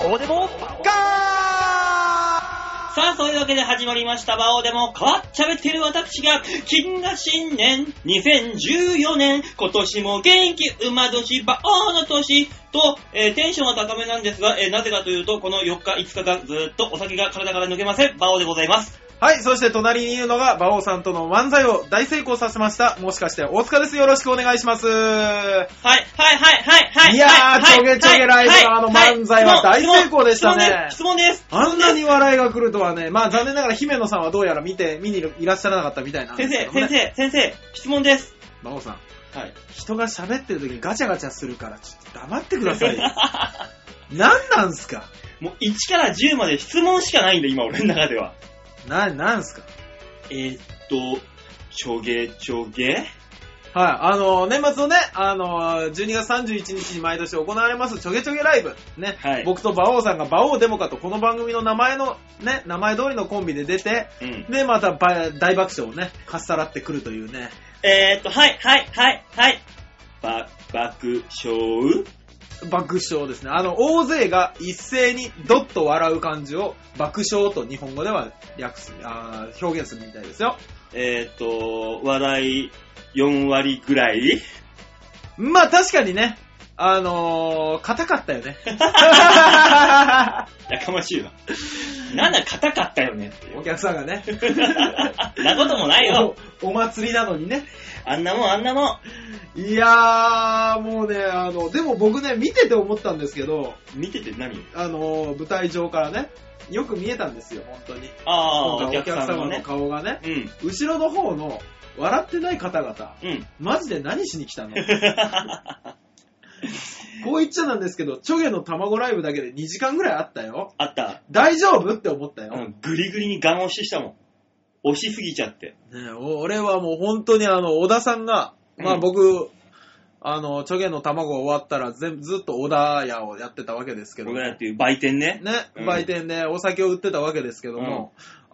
オデモガさあ、そういうわけで始まりましたバオでも変わっちゃべってる私が、金河新年2014年、今年も元気馬年バオの年と、テンションは高めなんですが、なぜかというと、この4日5日間ずっとお酒が体から抜けません。バオでございます。 はい、そして隣にいるのが、馬王さんとの漫才を大成功させました。もしかして大塚です。よろしくお願いします。 はい。 いやー、ちょげちょげライブのあの漫才は大成功でしたね。 質問です。 あんなに笑いが来るとはね、まあ残念ながら姫野さんはどうやら見にいらっしゃらなかったみたいなんですけどね。 先生、質問です。 馬王さん。 はい。 人が喋ってる時にガチャガチャするから、ちょっと黙ってくださいよ。なんなんすか？ もう1から10まで質問しかないんで、今俺の中では。 なんすか？ ちょげちょげ？ はい、年末のね、12月31日に毎年行われますちょげちょげライブ。ね。 はい。 僕と馬王さんが馬王デモカとこの番組の名前通りのコンビで出て、 うん、 で、また大爆笑をね、かっさらってくるというね。 はい。爆笑爆笑ですね。大勢が一斉にドッと笑う感じを爆笑と日本語では表現するみたいですよ。 笑い4割ぐらい？ まあ確かにね、硬かったよね。 やかましいわ。なんだ硬かったよねっていう。 お客さんがね。 なこともないよ。 お祭りなのにね。 あんなもん。 いやー、もうね、でも僕ね、見てて思ったんですけど。 見てて何？ 舞台上からね、よく見えたんですよ、本当に。 お客様の顔がね。 うん。 後ろの方の、笑ってない方々。 うん。 マジで何しに来たの？こう言っちゃなんですけど、チョゲの卵ライブだけで2時間ぐらいあったよ。 あった。 大丈夫って思ったよ。 うん、グリグリにガン押ししたもん。押しすぎちゃって。 ね、俺はもう本当に小田さんが、まあ僕、チョゲの卵終わったらずっと小田屋をやってたわけですけど。 小田屋っていう売店ね。 ね、売店でお酒を売ってたわけですけども、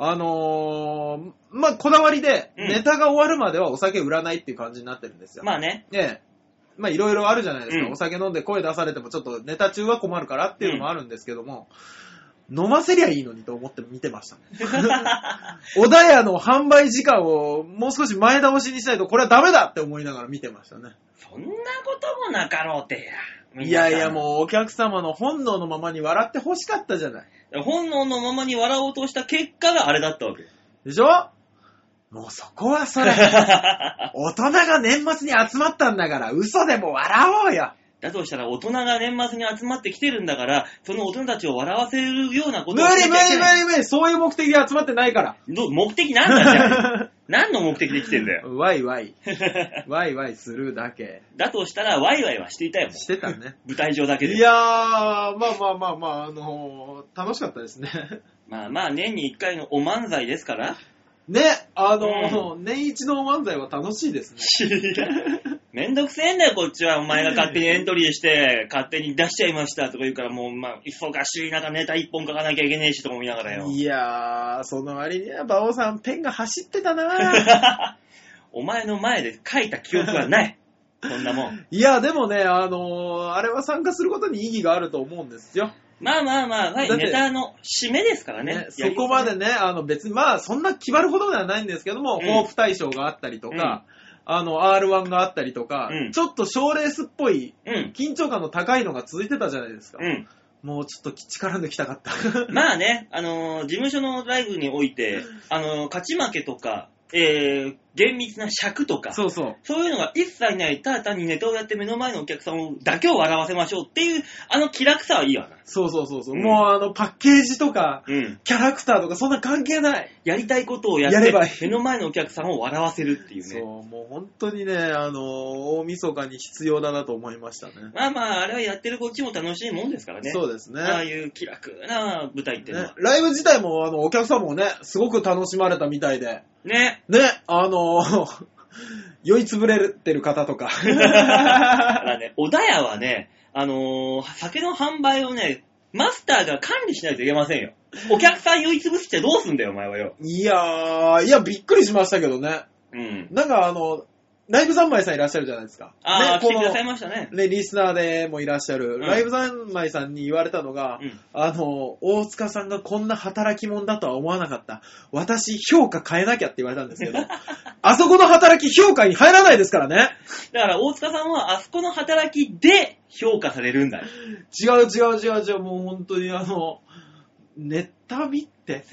まあこだわりで、ネタが終わるまではお酒売らないっていう感じになってるんですよ。 まあね。 ね。まあいろいろあるじゃないですか、お酒飲んで声出されてもちょっとネタ中は困るからっていうのもあるんですけども、飲ませりゃいいのにと思って見てました。小田屋の販売時間をもう少し前倒しにしないとこれはダメだって思いながら見てましたね。 そんなこともなかろうてや。 いやいやもうお客様の本能のままに笑って欲しかったじゃない。 本能のままに笑おうとした結果があれだったわけ。 でしょ？もうそこはそれ。大人が年末に集まったんだから嘘でも笑おうよ。 だとしたら大人が年末に集まってきてるんだから、その大人たちを笑わせるようなことを無理。そういう目的で集まってないから。 目的なんだじゃん。何の目的で来てんだよ。 ワイワイするだけ。 だとしたらワイワイはしていたよ。 してたね。 舞台上だけで。 いやー、まあ、楽しかったですね。 まあ年に1回のお漫才ですから。 ね、年一のお漫才は楽しいですね。 めんどくせえんだよ、こっちは。お前が勝手にエントリーして、勝手に出しちゃいましたとか言うから、もう、忙しい中ネタ1本書かなきゃいけねえしとか思いながらよ。 いやー、その割には、馬王さん、ペンが走ってたなお前の前で書いた記憶はない。そんなもん。 いや、でもね、あれは参加することに意義があると思うんですよ。 まあ、ネタの締めですからね。 そこまでね、別に、そんな決まるほどではないんですけども、ホープ大賞があったりとか、R1 があったりとか、ちょっと賞レースっぽい、緊張感の高いのが続いてたじゃないですか。もうちょっと力抜きたかった。 まあね、事務所のライブにおいて、勝ち負けとか、厳密な尺とか、そういうのが一切ない、ただ単にネタをやって目の前のお客さんだけを笑わせましょうっていう、気楽さはいいわな。 そう、もうパッケージとか、キャラクターとかそんな関係ない。 やりたいことをやって、目の前のお客さんを笑わせるっていうね。 そう、もう本当にね、大晦日に必要だなと思いましたね。 あれはやってるこっちも楽しいもんですからね。 そうですね。 ああいう気楽な舞台っていうのは。 ライブ自体もお客さんもね、すごく楽しまれたみたいで。 ね、 酔いつぶれてる方とか。 小田屋はね、酒の販売をね、マスターが管理しないといけませんよ。お客さん酔いつぶしてどうすんだよ、お前はよ。 いや、びっくりしましたけどね。なんかライブ三昧さんいらっしゃるじゃないですか。 ああ、 ね、 来てくださいましたね。 ね、リスナーでもいらっしゃる、 んライブ三昧さんに言われたのが、大塚さんがこんな働き者だとは思わなかった。私、評価変えなきゃって言われたんですけど、あそこの働き評価に入らないですからね。 だから大塚さんはあそこの働きで評価されるんだよ。 違う、もう本当に妬みって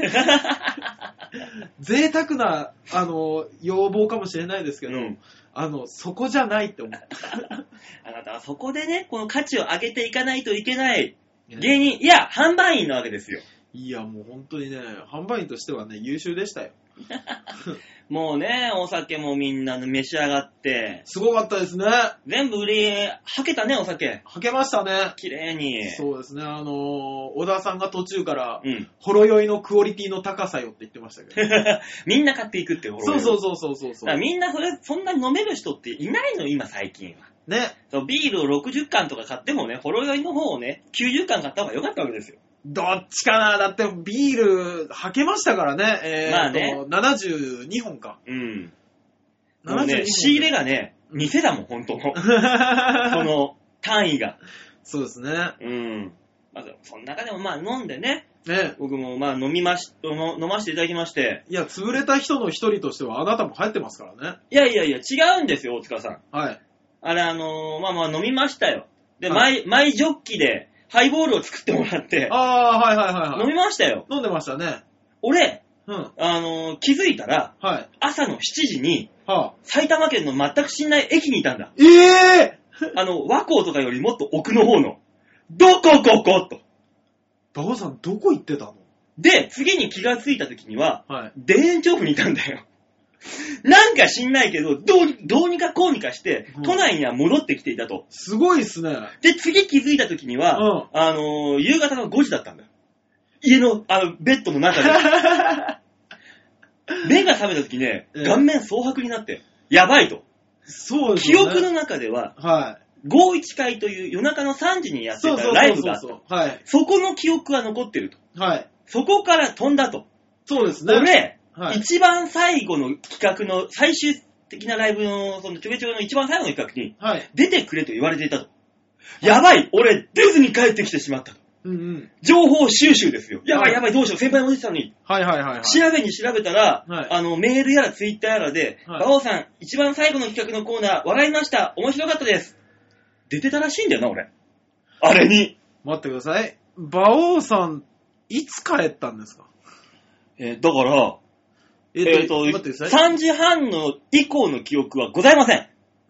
贅沢な要望かもしれないですけど、そこじゃないって思う。 あなたはそこでね、この価値を上げていかないといけない芸人、いや販売員なわけですよ。 いやもう本当にね、販売員としてはね、優秀でしたよ。 もうね、お酒もみんな召し上がってすごかったですね。 全部売りはけたね、お酒はけましたね。 綺麗に。 そうですね。小田さんが途中から、 ほろ酔いのクオリティの高さよって言ってましたけど。 みんな買っていくってほろ酔い。 そう。 みんなそんな飲める人っていないの、今最近は。 ね。 そう、ビールを60缶とか買ってもね、ほろ酔いの方をね、90缶買った方が良かったわけですよ。 どっちかな。だってビールはけましたからね。 まあね。 72本か。 もうね、仕入れがね、店だもん、本当の。その単位が。 そうですね。 まあ、その中でもまあ飲んでね。僕もまあ飲ませていただきまして。 いや、潰れた人の一人としてはあなたも入ってますからね。 いや、違うんですよ、大塚さん。 はい。 あれまあ飲みましたよ。で、マイジョッキで、ハイボールを作ってもらって。 はい。 飲みましたよ。 飲んでましたね。 俺、気づいたら、朝の7時に、埼玉県の全く知んない駅にいたんだ。和光とかよりもっと奥の方の。どこここと。 馬場さん、どこ行ってたの？ で、次に気がついた時には、田園調布にいたんだよ。なんか知んないけど、どうにかこうにかして、都内には戻ってきていたと。 すごいっすね。 で、次気づいた時には、夕方の5時だったんだよ。家の、ベッドの中で。目が覚めた時ね、顔面蒼白になって、やばいと。 そうですね。 記憶の中では、51回という夜中の3時にやってたライブがあった。そこの記憶が残ってると。そこから飛んだと。 そうですね。 俺、一番最後の企画の最終的なライブのそのちょげちょげの一番最後の企画に出てくれと言われていたと。やばい、俺出ずに帰ってきてしまったと。情報収集ですよ。やばいどうしよう、先輩も出てたのに。調べたら、メールやらツイッターやらで、馬王さん一番最後の企画のコーナー笑いました、面白かったです。出てたらしいんだよな俺。あれに。 待ってください。馬王さんいつ帰ったんですか？ だから3時半の以降の記憶はございません。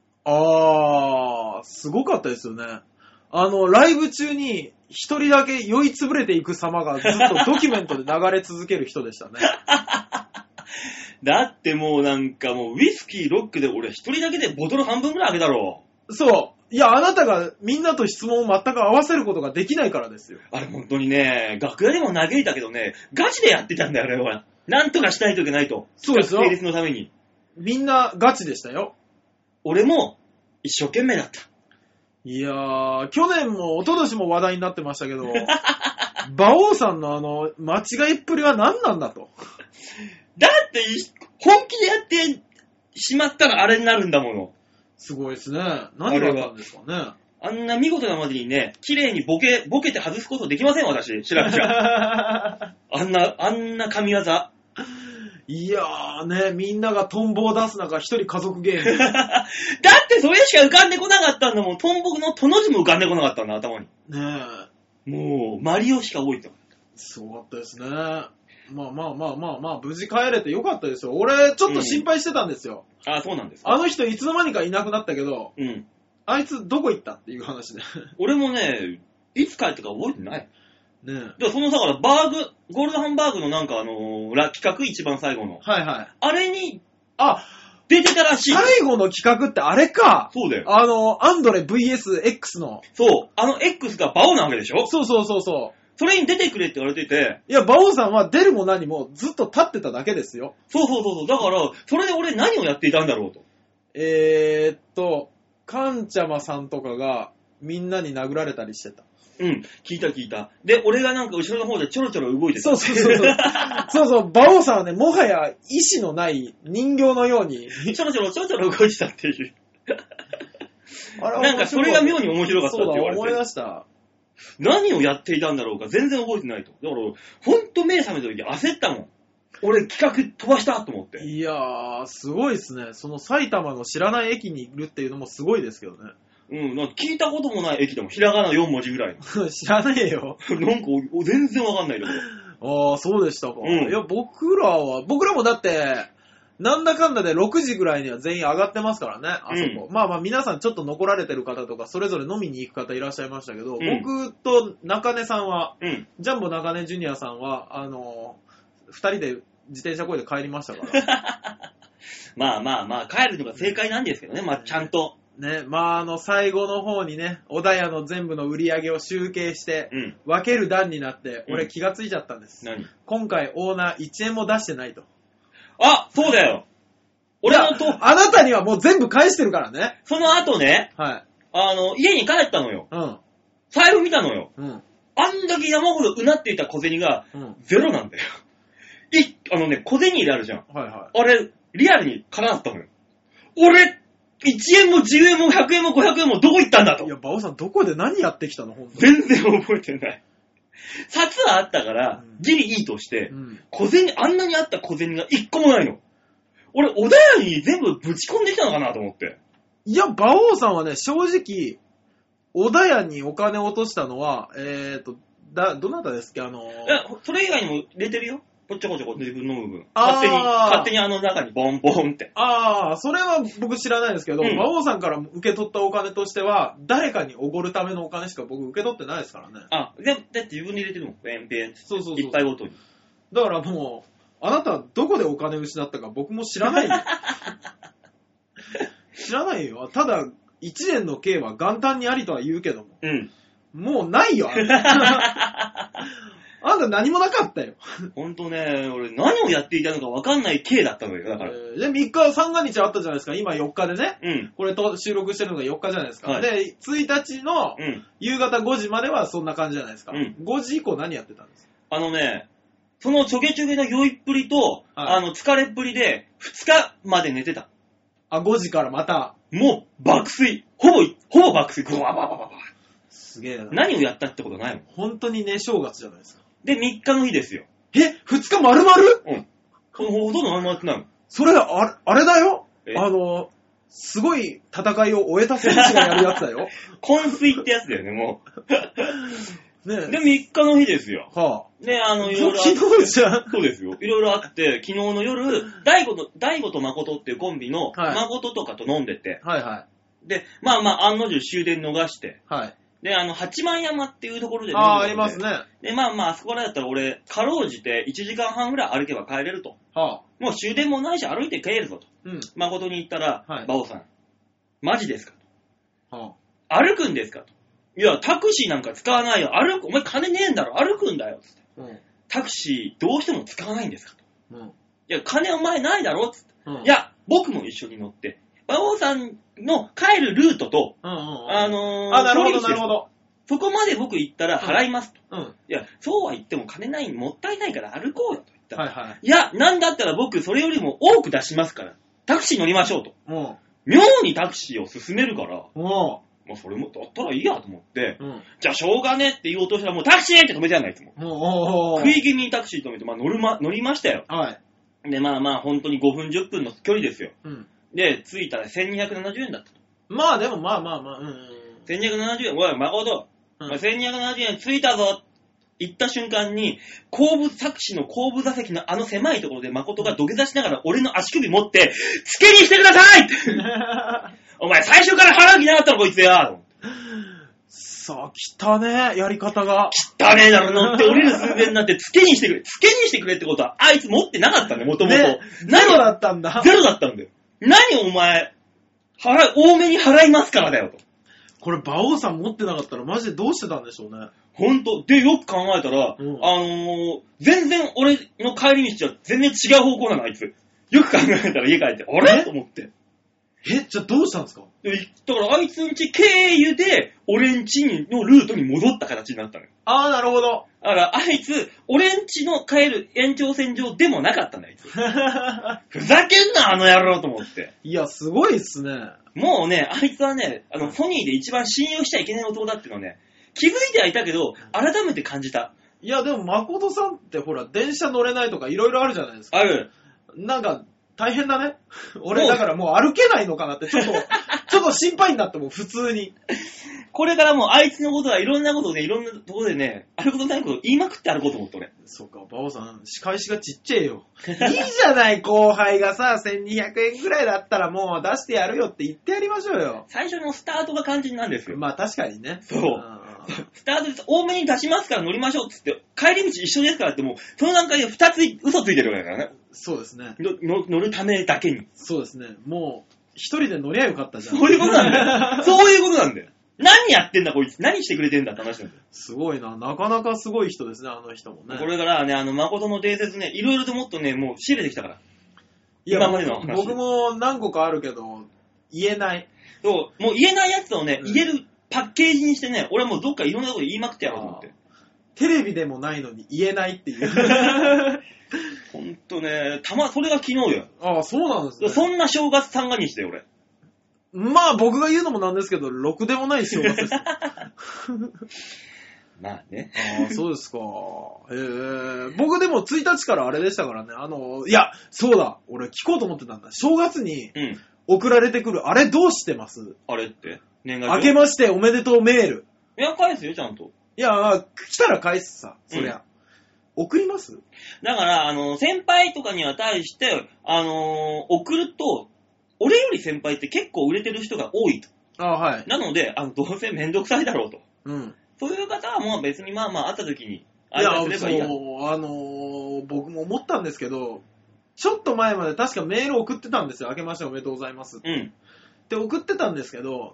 すごかったですよね。ライブ中に一人だけ酔いつぶれていく様がずっとドキュメントで流れ続ける人でしたね。 だってもうなんかもうウイスキーロックで俺一人だけでボトル半分ぐらいあげだろう。そう。いや、あなたがみんなと質問を全く合わせることができないからですよ。 あれ本当にね、楽屋でも嘆いたけどね、ガチでやってたんだよ、俺は。なんとかしないといけないと。 そうですよ。 成立のために。 みんなガチでしたよ。 俺も一生懸命だった。 いやー、去年も一昨年も話題になってましたけど、馬王さんの間違いっぷりは何なんだと。 だって本気でやってしまったらあれになるんだもの。 すごいですね。何があったんですかね。 あんな見事なまでにね、綺麗にボケて外すことできません、私。調べちゃ。あんな神業。 いやーね、みんながトンボを出す中、一人家族ゲーム。 だってそれしか浮かんでこなかったんだもん。トンボのトの字も浮かんでこなかったんだ、頭に。 ねえ。もう、マリオしか多いと。 すごかったですね。まあ、無事帰れてよかったですよ。俺、ちょっと心配してたんですよ。 そうなんですか。 あの人いつの間にかいなくなったけど、あいつどこ行ったっていう話で。 俺もね、いつ帰ったか覚えてない。 ねでもそのだからゴールドハンバーグのなんか企画一番最後の。あれに、出てたらしい。 最後の企画ってあれか。 そうだよ。 アンドレ VSX の。 そう。X がバオなわけでしょ？ そう。 それに出てくれって言われてて。 いや、馬王さんは出るも何もずっと立ってただけですよ。 そう。だから、それで俺何をやっていたんだろうと。 カンチャマさんとかがみんなに殴られたりしてた。 うん、聞いた。で、俺がなんか後ろの方でちょろちょろ動いてた。 そう。馬王さんはね、もはや意志のない人形のように。 ちょろちょろ動いてたっていう。なんかそれが妙に面白かったって言われて。 そうだ、思い出した。 何をやっていたんだろうか全然覚えてないと。だから、ほんと目覚めた時焦ったもん。俺企画飛ばしたと思って。 いやー、すごいですね。その埼玉の知らない駅にいるっていうのもすごいですけどね。 うん、なんか聞いたこともない駅でもひらがな4文字ぐらい。 知らねえよ。 なんか全然わかんないけど。 ああ、そうでしたか。 うん、 いや、僕らもだって、なんだかんだで6時ぐらいには全員上がってますからね、あそこ。うん、まあ皆さんちょっと残られてる方とか、それぞれ飲みに行く方いらっしゃいましたけど、僕と中根さんは、ジャンボ中根ジュニアさんは、2人で自転車こいで帰りましたから。 まあ、帰るのが正解なんですけどね、ちゃんと。 ね、最後の方にね、小田屋の全部の売り上げを集計して、分ける段になって、俺気がついちゃったんです。 何？ 今回オーナー1円も出してないと。 あ、そうだよ。 あなたにはもう全部返してるからね。 その後ね、 はい。 家に帰ったのよ。 うん。 財布見たのよ。 うん。 あんだけ山ほどうなっていた小銭が、ゼロなんだよ。小銭入れあるじゃん。 はいはい。 あれ、リアルに空だったのよ。俺、1円も10円も100円も500円もどこ行ったんだと。 いや、馬王さんどこで何やってきたの？本当に。全然覚えてない。札はあったから、ギリいいとして、小銭、あんなにあった小銭が1個もないの。俺、小田屋に全部ぶち込んできたのかなと思って。 いや、馬王さんはね、正直、小田屋にお金を落としたのは、どなたですっけ？ それ以外にも入れてるよ。こっちょこちょこ自分の部分。勝手に中にボンボンって。 ああ、それは僕知らないですけど、馬王さんから受け取ったお金としては、誰かにおごるためのお金しか僕受け取ってないですからね。 あ、だって自分で入れてるもん。ペンペン。 そう。 いっぱいごとに。 だからもう、あなたどこでお金失ったか僕も知らないよ。知らないよ。ただ、1年の刑は元旦にありとは言うけども。もうないよ、あんた何もなかったよ。 ほんとね、俺何をやっていたのか分かんない刑だったのよ、だから。 で、3日、三が日あったじゃないですか。今4日でね。これと収録してるのが4日じゃないですか。はい、で、1日の夕方5時まではそんな感じじゃないですか。5時以降何やってたんですか？ そのちょげちょげの酔いっぷりと、疲れっぷりで2日まで寝てた。 あ、5時からまた。 もう爆睡。ほぼ爆睡。グワババババ。 すげえな。 何をやったってことないもん。 本当にね、正月じゃないですか。 で、3日の日ですよ。 2日丸々？ うん。ほとんど丸々ってないの。 それ、あれだよ。すごい戦いを終えた選手がやるやつだよ。 昏睡ってやつだよね、もう。ね、で、3日の日ですよ。 はあ。 で、いろいろあって。 昨日じゃん。 そうですよ。いろいろあって、昨日の夜、大悟と誠っていうコンビの、誠とかと飲んでて。 はいはい。 で、案の定終電逃して。 はい。 で、八幡山っていうところで飲んでありますね。 で、あそこらだったら俺、かろうじて1時間半ぐらい歩けば帰れると。 はあ。 もう終電もないし歩いて帰るぞと。誠に言ったら、馬王さん、マジですかと。はあ。歩くんですかと。いや、タクシーなんか使わないよ。お前金ねえんだろ。歩くんだよ。つって。タクシーどうしても使わないんですかと。いや、金お前ないだろ。つって。いや、僕も一緒に乗って。馬王さんの帰るルートと、 なるほど、なるほど。 そこまで僕行ったら払いますと。いや、そうは言っても金ない、もったいないから歩こうよと言ったら。いや、なんだったら僕それよりも多く出しますから、タクシー乗りましょうと。妙にタクシーを勧めるから、それもだったらいいやと思って、じゃあしょうがねって言おうとしたらもうタクシーって止めてやんないつも。食い気味にタクシー止めて、乗りましたよ。で、本当に5分10分の距離ですよ。で、着いたら1270円だったと。 でも 1270円、おい、誠、1270円着いたぞ言った瞬間に、タクシーの後部座席の狭いところで誠が土下座しながら俺の足首持って、付けにしてくださいってお前最初から払う気なかったのこいつよさあ、汚ねえ、やり方が。 汚ねえだろ、乗って降りる寸前になって付けにしてくれ。付けにしてくれってことは、あいつ持ってなかったんだよ、もともと。ゼロだったんだ。 ゼロだったんだよ。何お前、多めに払いますからだよと。 これ、馬王さん持ってなかったらマジでどうしてたんでしょうね。 ほんと。で、よく考えたら、全然俺の帰り道は全然違う方向なの、あいつ。よく考えたら家帰って、あれと思って。 じゃあどうしたんですか？ だからあいつんち経由で、俺んちのルートに戻った形になったのよ。 ああ、なるほど。 だからあいつ、俺んちの帰る延長線上でもなかったんだよ、あいつ。ふざけんな、あの野郎と思って。 いや、すごいっすね。 もうね、あいつはね、ソニーで一番信用しちゃいけない男だっていうのはね、気づいてはいたけど、改めて感じた。 いや、でも、誠さんってほら、電車乗れないとかいろいろあるじゃないですか。 ある。 なんか、大変だね。俺、だからもう歩けないのかなって、ちょっと心配になっても普通に。 これからもうあいつのことはいろんなことをね、いろんなところでね、あることないこと言いまくって歩こうと思って俺。 そうか、馬王さん、仕返しがちっちゃいよ。いいじゃない、後輩がさ、1200円くらいだったらもう出してやるよって言ってやりましょうよ。 最初のスタートが肝心なんですよ。 まあ確かにね。 そう。スタートで多めに出しますから乗りましょうって言って、帰り道一緒ですからってもう、その段階で2つ嘘ついてるわけだからね。 そうですね。 乗るためだけに。 そうですね。もう、一人で乗りゃよかったじゃん。 そういうことなんだよ。そういうことなんだよ。何やってんだこいつ。何してくれてんだって話なんだよ。 すごいな。なかなかすごい人ですね、あの人もね。 これからね、誠の伝説ね、いろいろともっとね、もう仕入れてきたから。 いや、 今までの話。 僕も何個かあるけど、言えない。 そう、もう言えないやつをね、言えるパッケージにしてね、俺はもうどっかいろんなところで言いまくってやろうと思って。 テレビでもないのに言えないっていう。 ほんとね、それが昨日よ。 ああ、そうなんですね。 そんな正月三が日だよ、俺。 まあ僕が言うのもなんですけど、ろくでもない正月です。 まあね。 ああ、そうですか。僕でも1日からあれでしたからね。いや、そうだ。俺聞こうと思ってたんだ。正月に送られてくる、あれどうしてます？ あれって年賀状。 明けましておめでとうメール。 いや、返すよ、ちゃんと。 いや、来たら返すさ、そりゃ。送ります？ だから、先輩とかには対して、送ると、俺より先輩って結構売れてる人が多いと。 ああ、はい。 なので、どうせめんどくさいだろうと。 うん。 そういう方はもう別にまあまあ会った時に、 いや、 すればいいや。 そう、僕も思ったんですけど、ちょっと前まで確かメール送ってたんですよ。明けましておめでとうございます。 うん。 で、送ってたんですけど、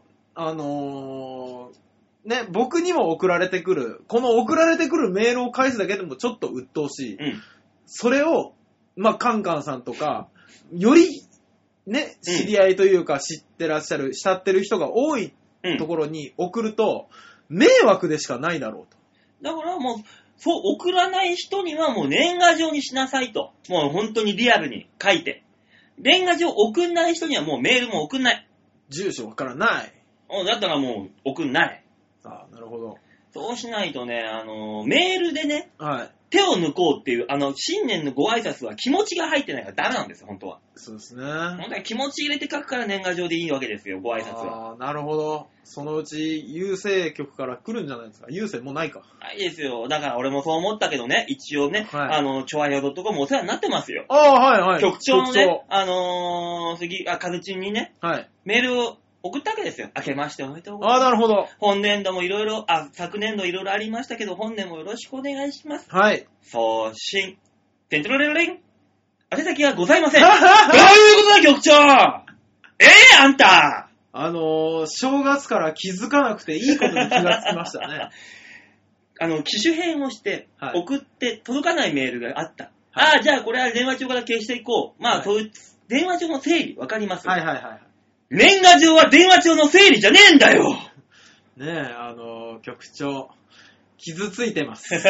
ね、僕にも送られてくる、この送られてくるメールを返すだけでもちょっと鬱陶しい。 うん。 それを、まあ、カンカンさんとか、より、ね、知り合いというか知ってらっしゃる、慕ってる人が多いところに送ると、迷惑でしかないだろうと。 だからもう、そう、送らない人にはもう年賀状にしなさいと。もう本当にリアルに書いて。年賀状送んない人にはもうメールも送んない。 住所わからない。 だったらもう送んない。 ああ、なるほど。 そうしないとね、メールでね、 はい。 手を抜こうっていう、新年のご挨拶は気持ちが入ってないからダメなんですよ、本当は。 そうですね。 本当は気持ち入れて書くから年賀状でいいわけですよ、ご挨拶は。 ああ、なるほど。そのうち、郵政局から来るんじゃないですか。郵政もうないか。 ないですよ。だから俺もそう思ったけどね、一応ね、 はい、 チョアヘオ.com お世話になってますよ。 ああ、はいはい。 局長のね、カズチンにね、 はい。 メールを送ったわけですよ。明けましておめでとうございます。 ああ、なるほど。 本年度もいろいろ、昨年度いろいろありましたけど、本年もよろしくお願いします。 はい。 送信。てんてろれろれん。宛先はございません。どういうことだ、局長あんた正月から気づかなくていいことに気がつきましたね。 機種変をして、送って届かないメールがあった。 はい、 じゃあこれは電話帳から消していこう。まあ、そういう、電話帳の整理、わかります。 はいはいはい。 年賀状は電話帳の整理じゃねえんだよ。 ねえ、局長、傷ついてます。ね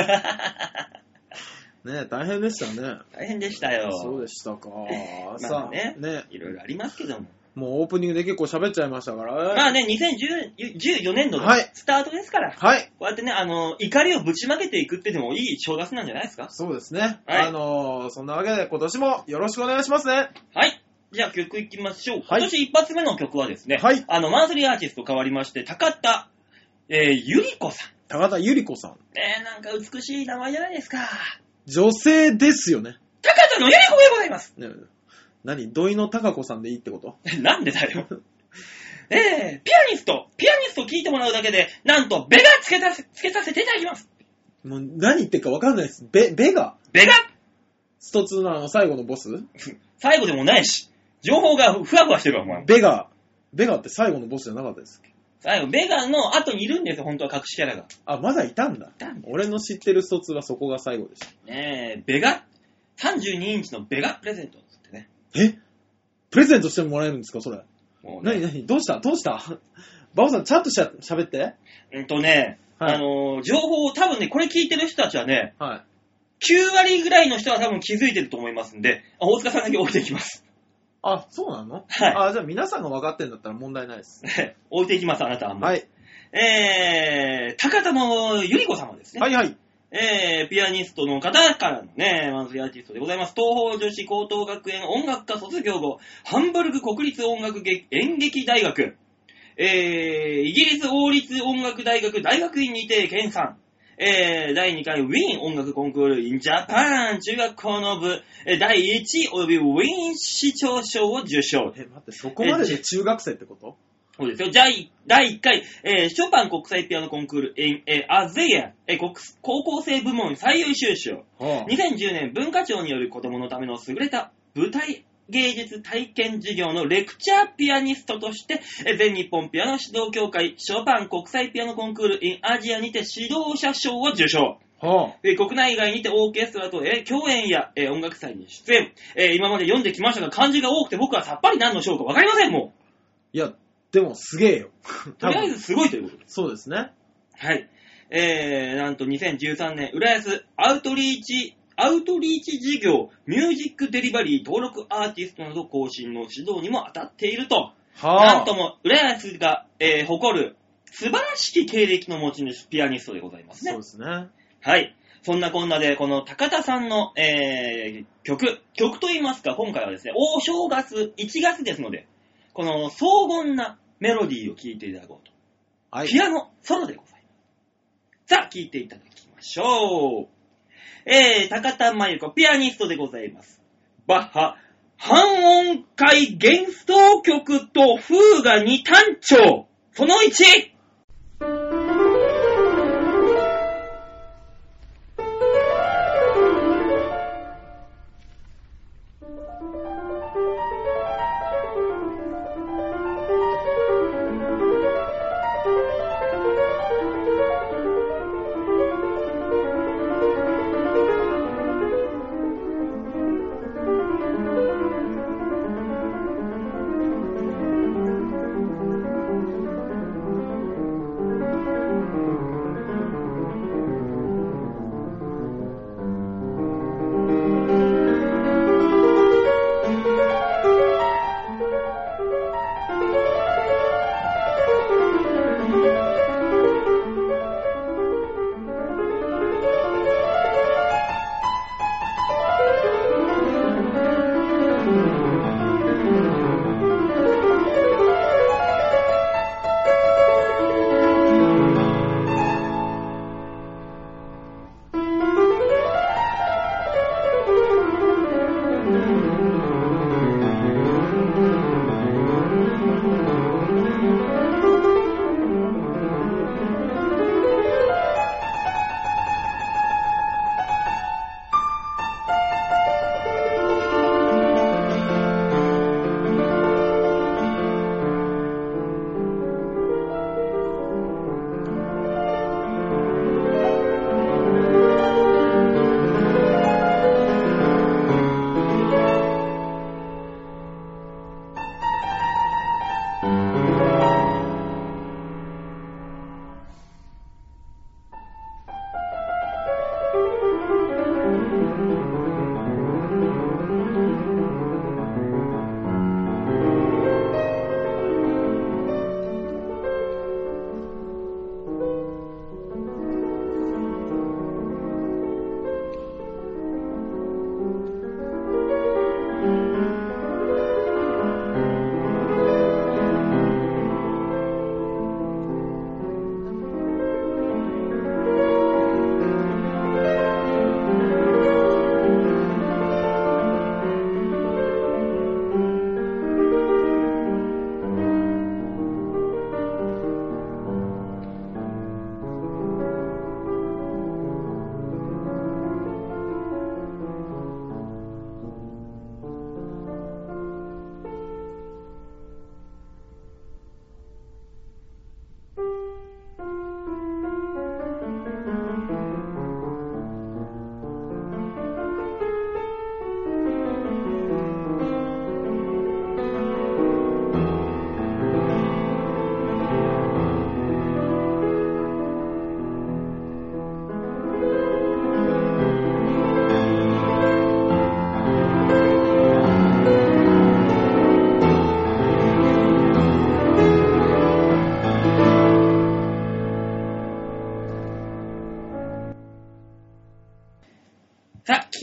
え、大変でしたね。 大変でしたよ。 そうでしたか。 まあね、いろいろありますけども。 もうオープニングで結構喋っちゃいましたから。 まあね、2014年度のスタートですから。 はい。 こうやってね、怒りをぶちまけていくっていうのもいい正月なんじゃないですか。 そうですね。 はい、 そんなわけで今年もよろしくお願いしますね。 はい。じゃあ曲いきましょう。今年一発目の曲はですね、 はい、 マンスリーアーティスト変わりまして、高田、ゆり子さん。 高田ゆり子さん。 なんか美しい名前じゃないですか。 女性ですよね。 高田のゆり子でございます。 ね、何土井の高子さんでいいってことなんでだよ。ピアニスト聞いてもらうだけで、なんと、ベガつけさせていただきます。 もう何言ってるかわかんないです。ベガスト2の最後のボス最後でもないし。情報がふわふわしてるわ、お前。 ベガって最後のボスじゃなかったですっけ？ 最後、ベガの後にいるんですよ、本当は隠しキャラが。 あ、まだいたんだ。俺の知ってるスト2はそこが最後でした。 ベガ ?32 インチのベガプレゼントってね。 プレゼントしてもらえるんですか、それ。 もうね、 何どうしたバオさん、ちゃんと喋って。 はい、情報を多分ね、これ聞いてる人たちはね、 はい、 9割ぐらいの人は多分気づいてると思いますんで、大塚さんだけ置いていきます。 あ、そうなの？ はい。 じゃあ皆さんが分かってんだったら問題ないです。 置いていきます、あなたはもう。 はい。 高田のゆり子様ですね。 はいはい。 ピアニストの方からのね、マンスリーアーティストでございます。東邦女子高等学園音楽科卒業後、ハンブルグ国立音楽演劇大学、イギリス王立音楽大学大学院にて研鑽、第2回ウィーン音楽コンクール in Japan 中学校の部、第1位及びウィーン市長賞を受賞。 待って、そこまでで中学生ってこと？ そうですよ。第1回、ショパン国際ピアノコンクール in Asia、高校生部門最優秀賞。2010年文化庁による子供のための優れた舞台芸術体験事業のレクチャーピアニストとして、全日本ピアノ指導協会ショパン国際ピアノコンクール in Asia にて指導者賞を受賞。国内外にてオーケストラと共演や音楽祭に出演。今まで読んできましたが漢字が多くて僕はさっぱり何の賞かわかりませんもん。 いや、でもすげえよ。 とりあえずすごいということです。 そうですね。 はい。なんと2013年、浦安アウトリーチ事業、ミュージックデリバリー登録アーティストなど更新の指導にも当たっていると。なんとも、浦安が、誇る素晴らしき経歴の持ち主、ピアニストでございますね。 そうですね。 はい。そんなこんなで、この高田さんの、曲といいますか、今回はですね、お正月、1月ですので、この荘厳なメロディーを聴いていただこうと。はい。ピアノソロでございます。さあ、聴いていただきましょう。高田真由子、ピアニストでございます。バッハ、半音階幻想曲とフーガ二単調。その1。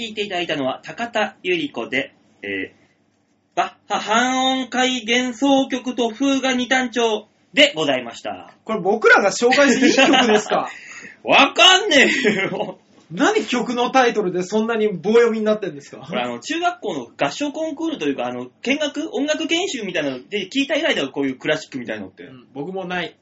聴いていただいたのは、高田由里子で、バッハ半音階幻想曲と風が二単調でございました。 これ僕らが紹介していい曲ですか？ わかんねえよ。 何曲のタイトルでそんなに棒読みになってんですか？ これ中学校の合唱コンクールというか、音楽研修みたいなので聞いた以来だよ、こういうクラシックみたいなのって。 僕もない。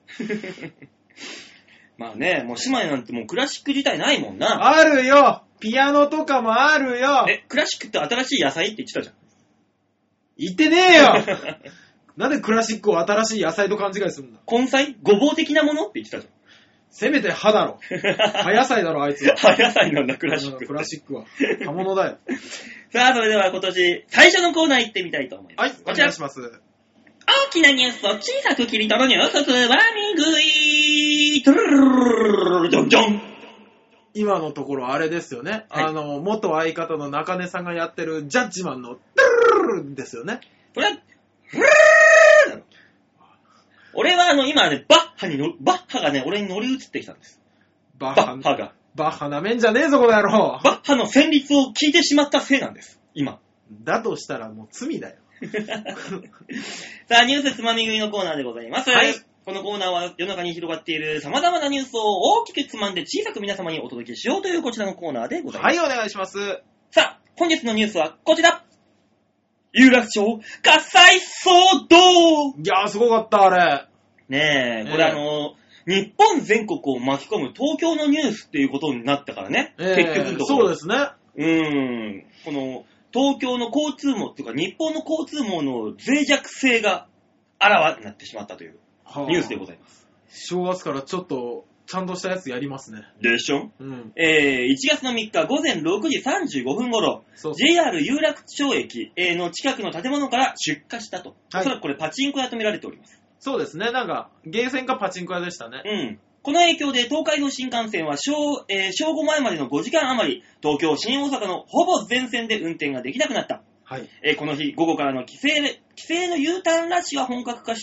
まあね、もう姉妹なんてもうクラシック自体ないもんな。 あるよ。ピアノとかもあるよ。 クラシックって新しい野菜って言ってたじゃん。 言ってねえよ。なんでクラシックを新しい野菜と勘違いするんだ？ 根菜ごぼう的なものって言ってたじゃん。 せめて歯だろ。葉野菜だろ、あいつは。 葉野菜なんだ、クラシック。 クラシックは。葉物だよ。 さあ、それでは今年最初のコーナー行ってみたいと思います。 はい、お願いします。 大きなニュースを小さく切り取るニュースつまみ食い。トゥルルルルルジョンジョン。 今のところあれですよね。 はい、 元相方の中根さんがやってるジャッジマンのトゥルルルルですよね。 これは、俺は今ね、バッハがね、俺に乗り移ってきたんです。バッハが。 バッハなめんじゃねえぞ、この野郎。 バッハの旋律を聞いてしまったせいなんです、今。 だとしたらもう罪だよ。 さあ、ニュースつまみ食いのコーナーでございます。 はい。 このコーナーは世の中に広がっている様々なニュースを大きくつまんで小さく皆様にお届けしようというこちらのコーナーでございます。 はい、お願いします。 さあ、本日のニュースはこちら。有楽町火災騒動。 いやー、すごかった、あれ。 ねえ、これ日本全国を巻き込む東京のニュースっていうことになったからね。結局のところ。 そうですね。 この東京の交通網っていうか日本の交通網の脆弱性があらわになってしまったというニュースでございます。 正月からちょっとちゃんとしたやつやりますね。 でしょ？1月の3日午前6時35分頃、JR 有楽町駅の近くの建物から出火したと。おそらくこれパチンコ屋と見られております。 そうですね。なんか、ゲーセンかパチンコ屋でしたね。 この影響で東海道新幹線は正午前までの5時間余り、東京、新大阪のほぼ全線で運転ができなくなった。はい。この日、午後からの帰省の U ターンラッシュが本格化して、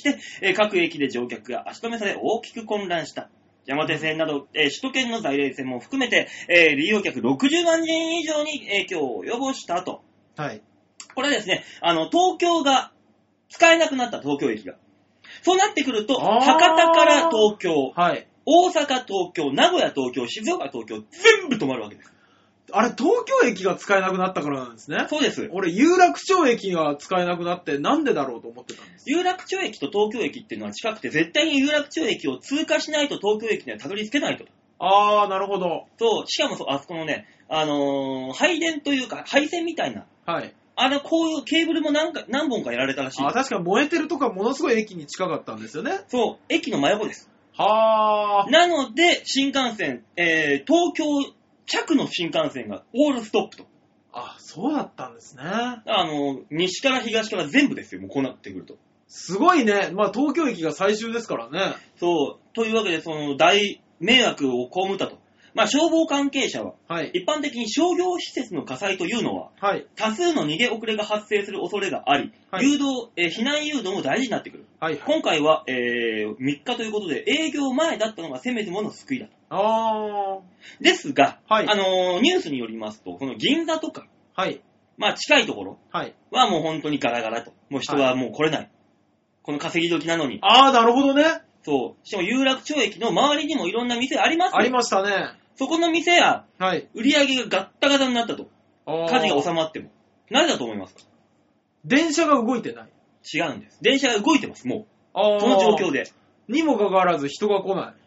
各駅で乗客が足止めされ大きく混乱した。山手線など、首都圏の在来線も含めて、利用客60万人以上に影響を及ぼしたと。はい。これはですね、東京が使えなくなった東京駅が。そうなってくると、博多から東京、はい、大阪、東京、名古屋、東京、静岡、東京、全部止まるわけです。 あれ、東京駅が使えなくなったからなんですね。 そうです。 俺、有楽町駅が使えなくなってなんでだろうと思ってたんです。 有楽町駅と東京駅っていうのは近くて、絶対に有楽町駅を通過しないと東京駅にはたどり着けないと。 なるほど。 そう、しかもあそこのね、配電というか、配線みたいな。はい。こういうケーブルも何本かやられたらしい。 確かに燃えてるとかものすごい駅に近かったんですよね。 そう、駅の真横です。なので、新幹線、東京着の新幹線がオールストップと。 そうだったんですね。 西から東から全部ですよ、もうこうなってくると。 すごいね。まあ、東京駅が最終ですからね。 そう。というわけで、大迷惑を被ったと。まあ、消防関係者は、はい、一般的に商業施設の火災というのは、はい、多数の逃げ遅れが発生する恐れがあり、はい、避難誘導も大事になってくる。はいはい、今回は、3日ということで、営業前だったのがせめてもの救いだと。ですが、はい、ニュースによりますと、この銀座とか、はい、まあ、近いところはもう本当にガラガラと。もう人はもう来れない。はい、この稼ぎ時なのに。 なるほどね。 そう。しかも有楽町駅の周りにもいろんな店ありますね。 ありましたね。 そこの店や、売り上げがガッタガタになったと。火事が収まっても。なぜだと思いますか？ 電車が動いてない。 違うんです。電車が動いてます、もう。その状況で。 にもかかわらず人が来ない。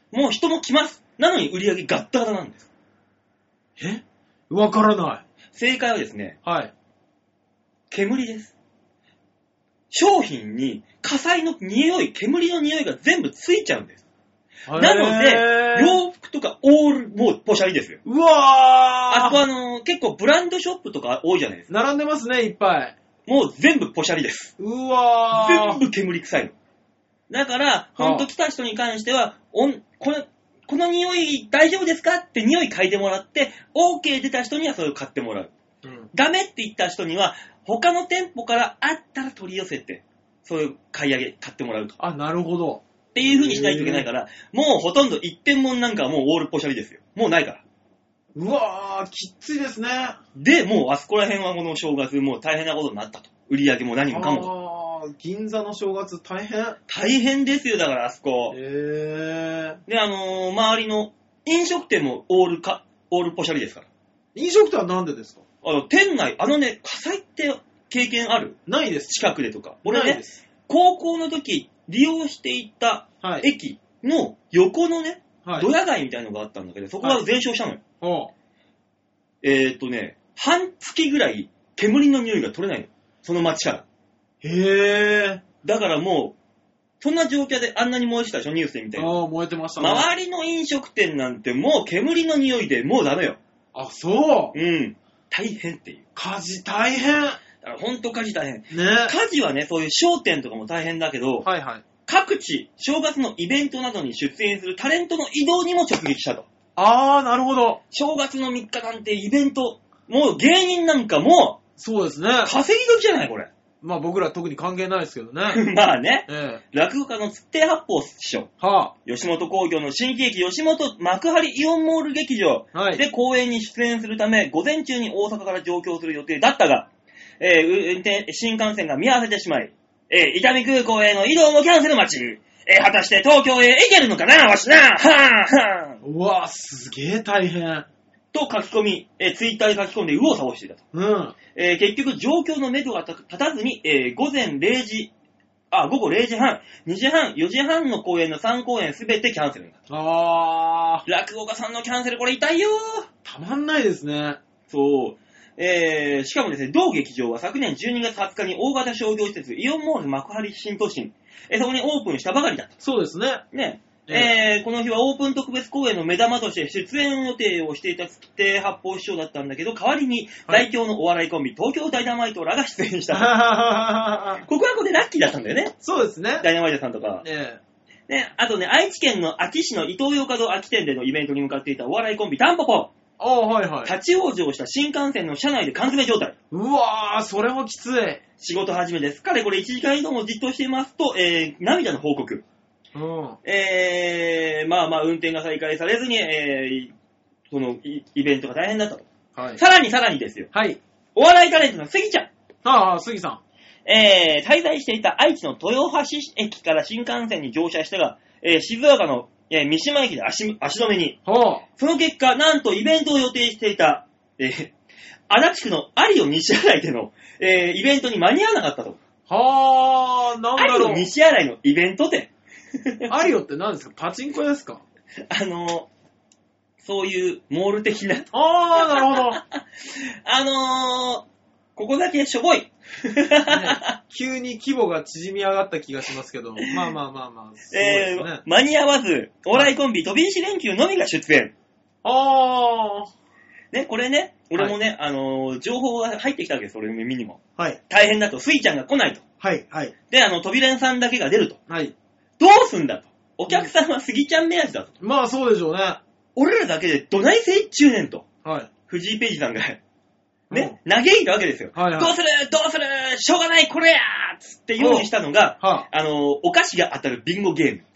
もう人も来ます。なのに売り上げガッタガタなんです。 わからない。 正解はですね、はい。煙です。商品に火災の匂い、煙の匂いが全部ついちゃうんです。なので、洋服とかもうポシャリですよ。 うわー。 あと結構ブランドショップとか多いじゃないですか。 並んでますね、いっぱい。 もう全部ポシャリです。 うわー。 全部煙臭いの。だから、ほんと来た人に関しては、この匂い大丈夫ですかって匂い嗅いでもらって、OK 出た人にはそれを買ってもらう。ダメって言った人には、他の店舗からあったら取り寄せて、そういう買ってもらうと。 なるほど。 っていう風にしないといけないから、もうほとんど一点物なんかはもうオールポシャリですよ。もうないから。 うわー、きっついですね。 で、もうあそこら辺はこの正月もう大変なことになったと。売り上げも何もかもと。 銀座の正月大変。 大変ですよ、だからあそこ。で、周りの飲食店もオールポシャリですから。 飲食店はなんでですか？ 店内、火災って経験ある？ ないです。 近くでとか。俺ねないで、す。 高校の時、利用していた駅の横のね、 はい。 ドヤ街みたいのがあったんだけど、そこは全焼したのよ。 おう半月ぐらい煙の匂いが取れないの。その街から。 へー。 だからもう、そんな状況であんなに燃えてたでしょ、ニュースでみたいな。 燃えてましたね。 周りの飲食店なんてもう煙の匂いでもうダメよ。 あ、そう。 うん。大変っていう。 火事大変。 だからほんと火事大変。 ね。 火事はね、そういう商店とかも大変だけど、 はいはい。 各地、正月のイベントなどに出演するタレントの移動にも直撃したと。 なるほど。 正月の3日なんてイベント、もう芸人なんかもそうですね。 稼ぎ時じゃないこれ。 まあ僕ら特に関係ないですけどね。 まあね。 ええ。 落語家のつって八方師匠。 は吉本興業の新喜劇吉本幕張イオンモール劇場はいで公演に出演するため、午前中に大阪から上京する予定だったが、新幹線が見合わせてしまい、伊丹空港への移動もキャンセル待ち。果たして東京へ行けるのかなわしなはぁはぁうわ、すげえ大変。 と書き込み、ツイッターで書き込んで右往左往していたと。 うん。 結局状況の目処が立たずに、午後0時半、2時半、4時半の公演の3公演すべてキャンセルになった。落語家さんのキャンセルこれ痛いよー。 たまんないですね。 そう。しかもですね、同劇場は昨年12月20日に大型商業施設イオンモール幕張新都心、そこにオープンしたばかりだった。 そうですね。 ね。この日はオープン特別公演の目玉として出演予定をしていたつって八方師匠だったんだけど、代わりに大京のお笑いコンビ、東京ダイナマイトらが出演した。ここはここでラッキーだったんだよね。 そうですね。 ダイナマイトさんとか。ね、あとね、愛知県の安芸市のイトーヨーカドー空き店でのイベントに向かっていたお笑いコンビ、タンポポ。 はいはい。 立ち往生した新幹線の車内で缶詰状態。 うわー、それもきつい。 仕事始めです。かれこれ1時間以上もじっとしていますと、涙の報告。 うん。 まあ運転が再開されずに、そのイベントが大変だったと。 はい。 さらにですよ。 はい。 お笑いタレントの杉ちゃん。 杉さん。 滞在していた愛知の豊橋駅から新幹線に乗車したが、静岡の三島駅で足止めに。その結果、なんとイベントを予定していた、足立区の有尾西新井での、イベントに間に合わなかったと。 なんだろう。 有尾西新井のイベントって。 有尾って何ですか？パチンコですか？ そういうモール的な。 なるほど。 ここだけしょぼい。 急に規模が縮み上がった気がしますけど、まあ。そうですね。 間に合わず、お笑いコンビ、飛び石連休のみが出演。ね、これね、俺もね、情報が入ってきたわけです、俺の耳にも。 はい。 大変だと、スイちゃんが来ないと。 はい。 で、飛び連さんだけが出ると。 はい。 どうすんだと。お客さんはスギちゃん目当てだと。 まあ、そうでしょうね。 俺らだけでどないせいっちゅうねんと。 はい。 藤井ページさんが。ね、嘆いたわけですよ。 はい。 どうするしょうがないこれやーつって用意したのが、お菓子が当たるビンゴゲーム。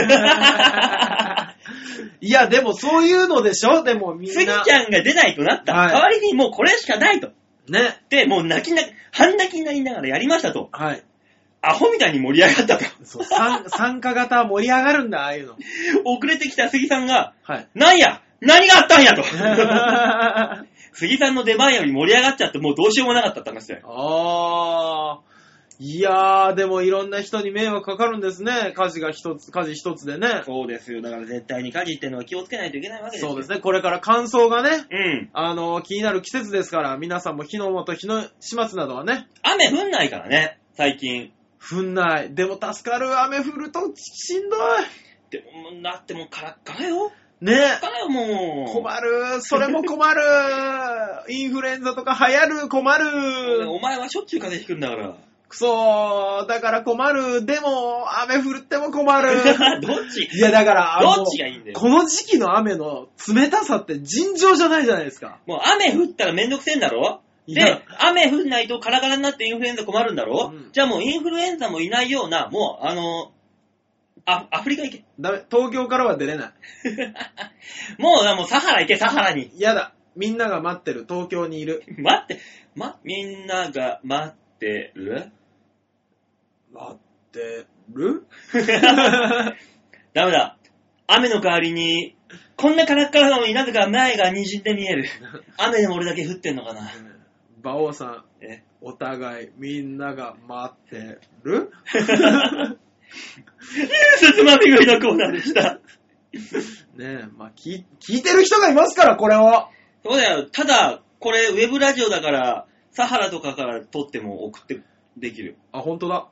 いや、でもそういうのでしょ？でもみんな。 スギちゃんが出ないとなった。代わりにもうこれしかないと。 ね。 で、もう半泣きになりながらやりましたと。 はい。 アホみたいに盛り上がったと。 そう、参加型盛り上がるんだ、ああいうの。 遅れてきた杉さんが、 はい。 何があったんやと。杉さんの出番より盛り上がっちゃってもうどうしようもなかったって話だよ。 いやー、でもいろんな人に迷惑かかるんですね。火事一つでね。 そうですよ。だから絶対に火事ってのは気をつけないといけないわけですよ。 そうですね。これから乾燥がね、 うん。 気になる季節ですから、皆さんも火の元、火の始末などはね。 雨降んないからね、最近。 降んない。でも助かる。雨降るとしんどい。 でも、だってもうカラッカラよ。 ねカラッカラよ、もう。 困る。それも困る。インフルエンザとか流行る。困る。 お前はしょっちゅう風邪ひくんだから。 くそー。だから困る。でも、雨降っても困る。 どっち？ いや、だから、 どっちがいいんだよ。 この時期の雨の冷たさって尋常じゃないじゃないですか。 もう雨降ったらめんどくせえんだろ？で、雨降んないとカラカラになってインフルエンザ困るんだろ？じゃあもうインフルエンザもいないような、もうアフリカ行け。 ダメ。東京からは出れない。 もうサハラ行け、サハラに。 やだ。みんなが待ってる。東京にいる。 待って、みんなが待ってる待ってるダメだ。雨の代わりに、こんなカラッカラなのになぜか前が滲んで見える。雨でも俺だけ降ってんのかな。 馬王さん、お互いみんなが待ってるニュースつまみ食いのコーナーでした。 ねえ、まあ聞いてる人がいますから、これを。 そうだよ。ただ、これウェブラジオだから、サハラとかから撮っても送ってできる。 あ、ほんとだ。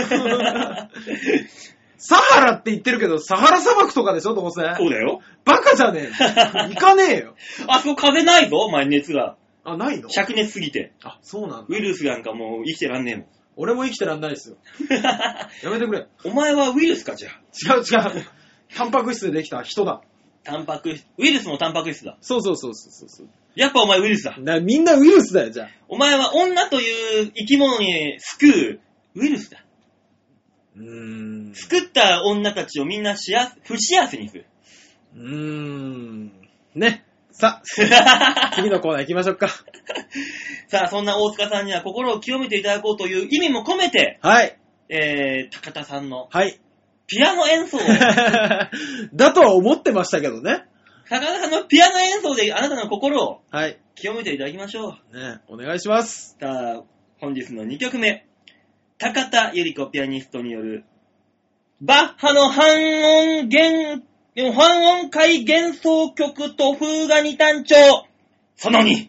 サハラって言ってるけど、サハラ砂漠とかでしょ、どうせ。 そうだよ。 バカじゃねえ。行かねえよ。 あそこ風ないぞ、お前熱が。 あ、ないの？ 灼熱すぎて。 あ、そうなんだ。 ウイルスなんかもう生きてらんねえもん。 俺も生きてらんないですよ。やめてくれ。 お前はウイルスか、じゃあ。 違う。タンパク質でできた人だ。 ウイルスもタンパク質だ。 そう。 やっぱお前ウイルスだ。 みんなウイルスだよ、じゃあ。 お前は女という生き物に救うウイルスだ。作った女たちをみんな不幸せにする。 ね。さ、次のコーナー行きましょうか。 さあ、そんな大塚さんには心を清めていただこうという意味も込めて、 はい。 高田さんの、 はい。 ピアノ演奏を、 だとは思ってましたけどね。 高田さんのピアノ演奏であなたの心を、 はい。 清めていただきましょう。ね、お願いします。 さあ、本日の2曲目。高田百合子ピアニストによる、バッハの半音階幻想曲と風雅二単調、その2。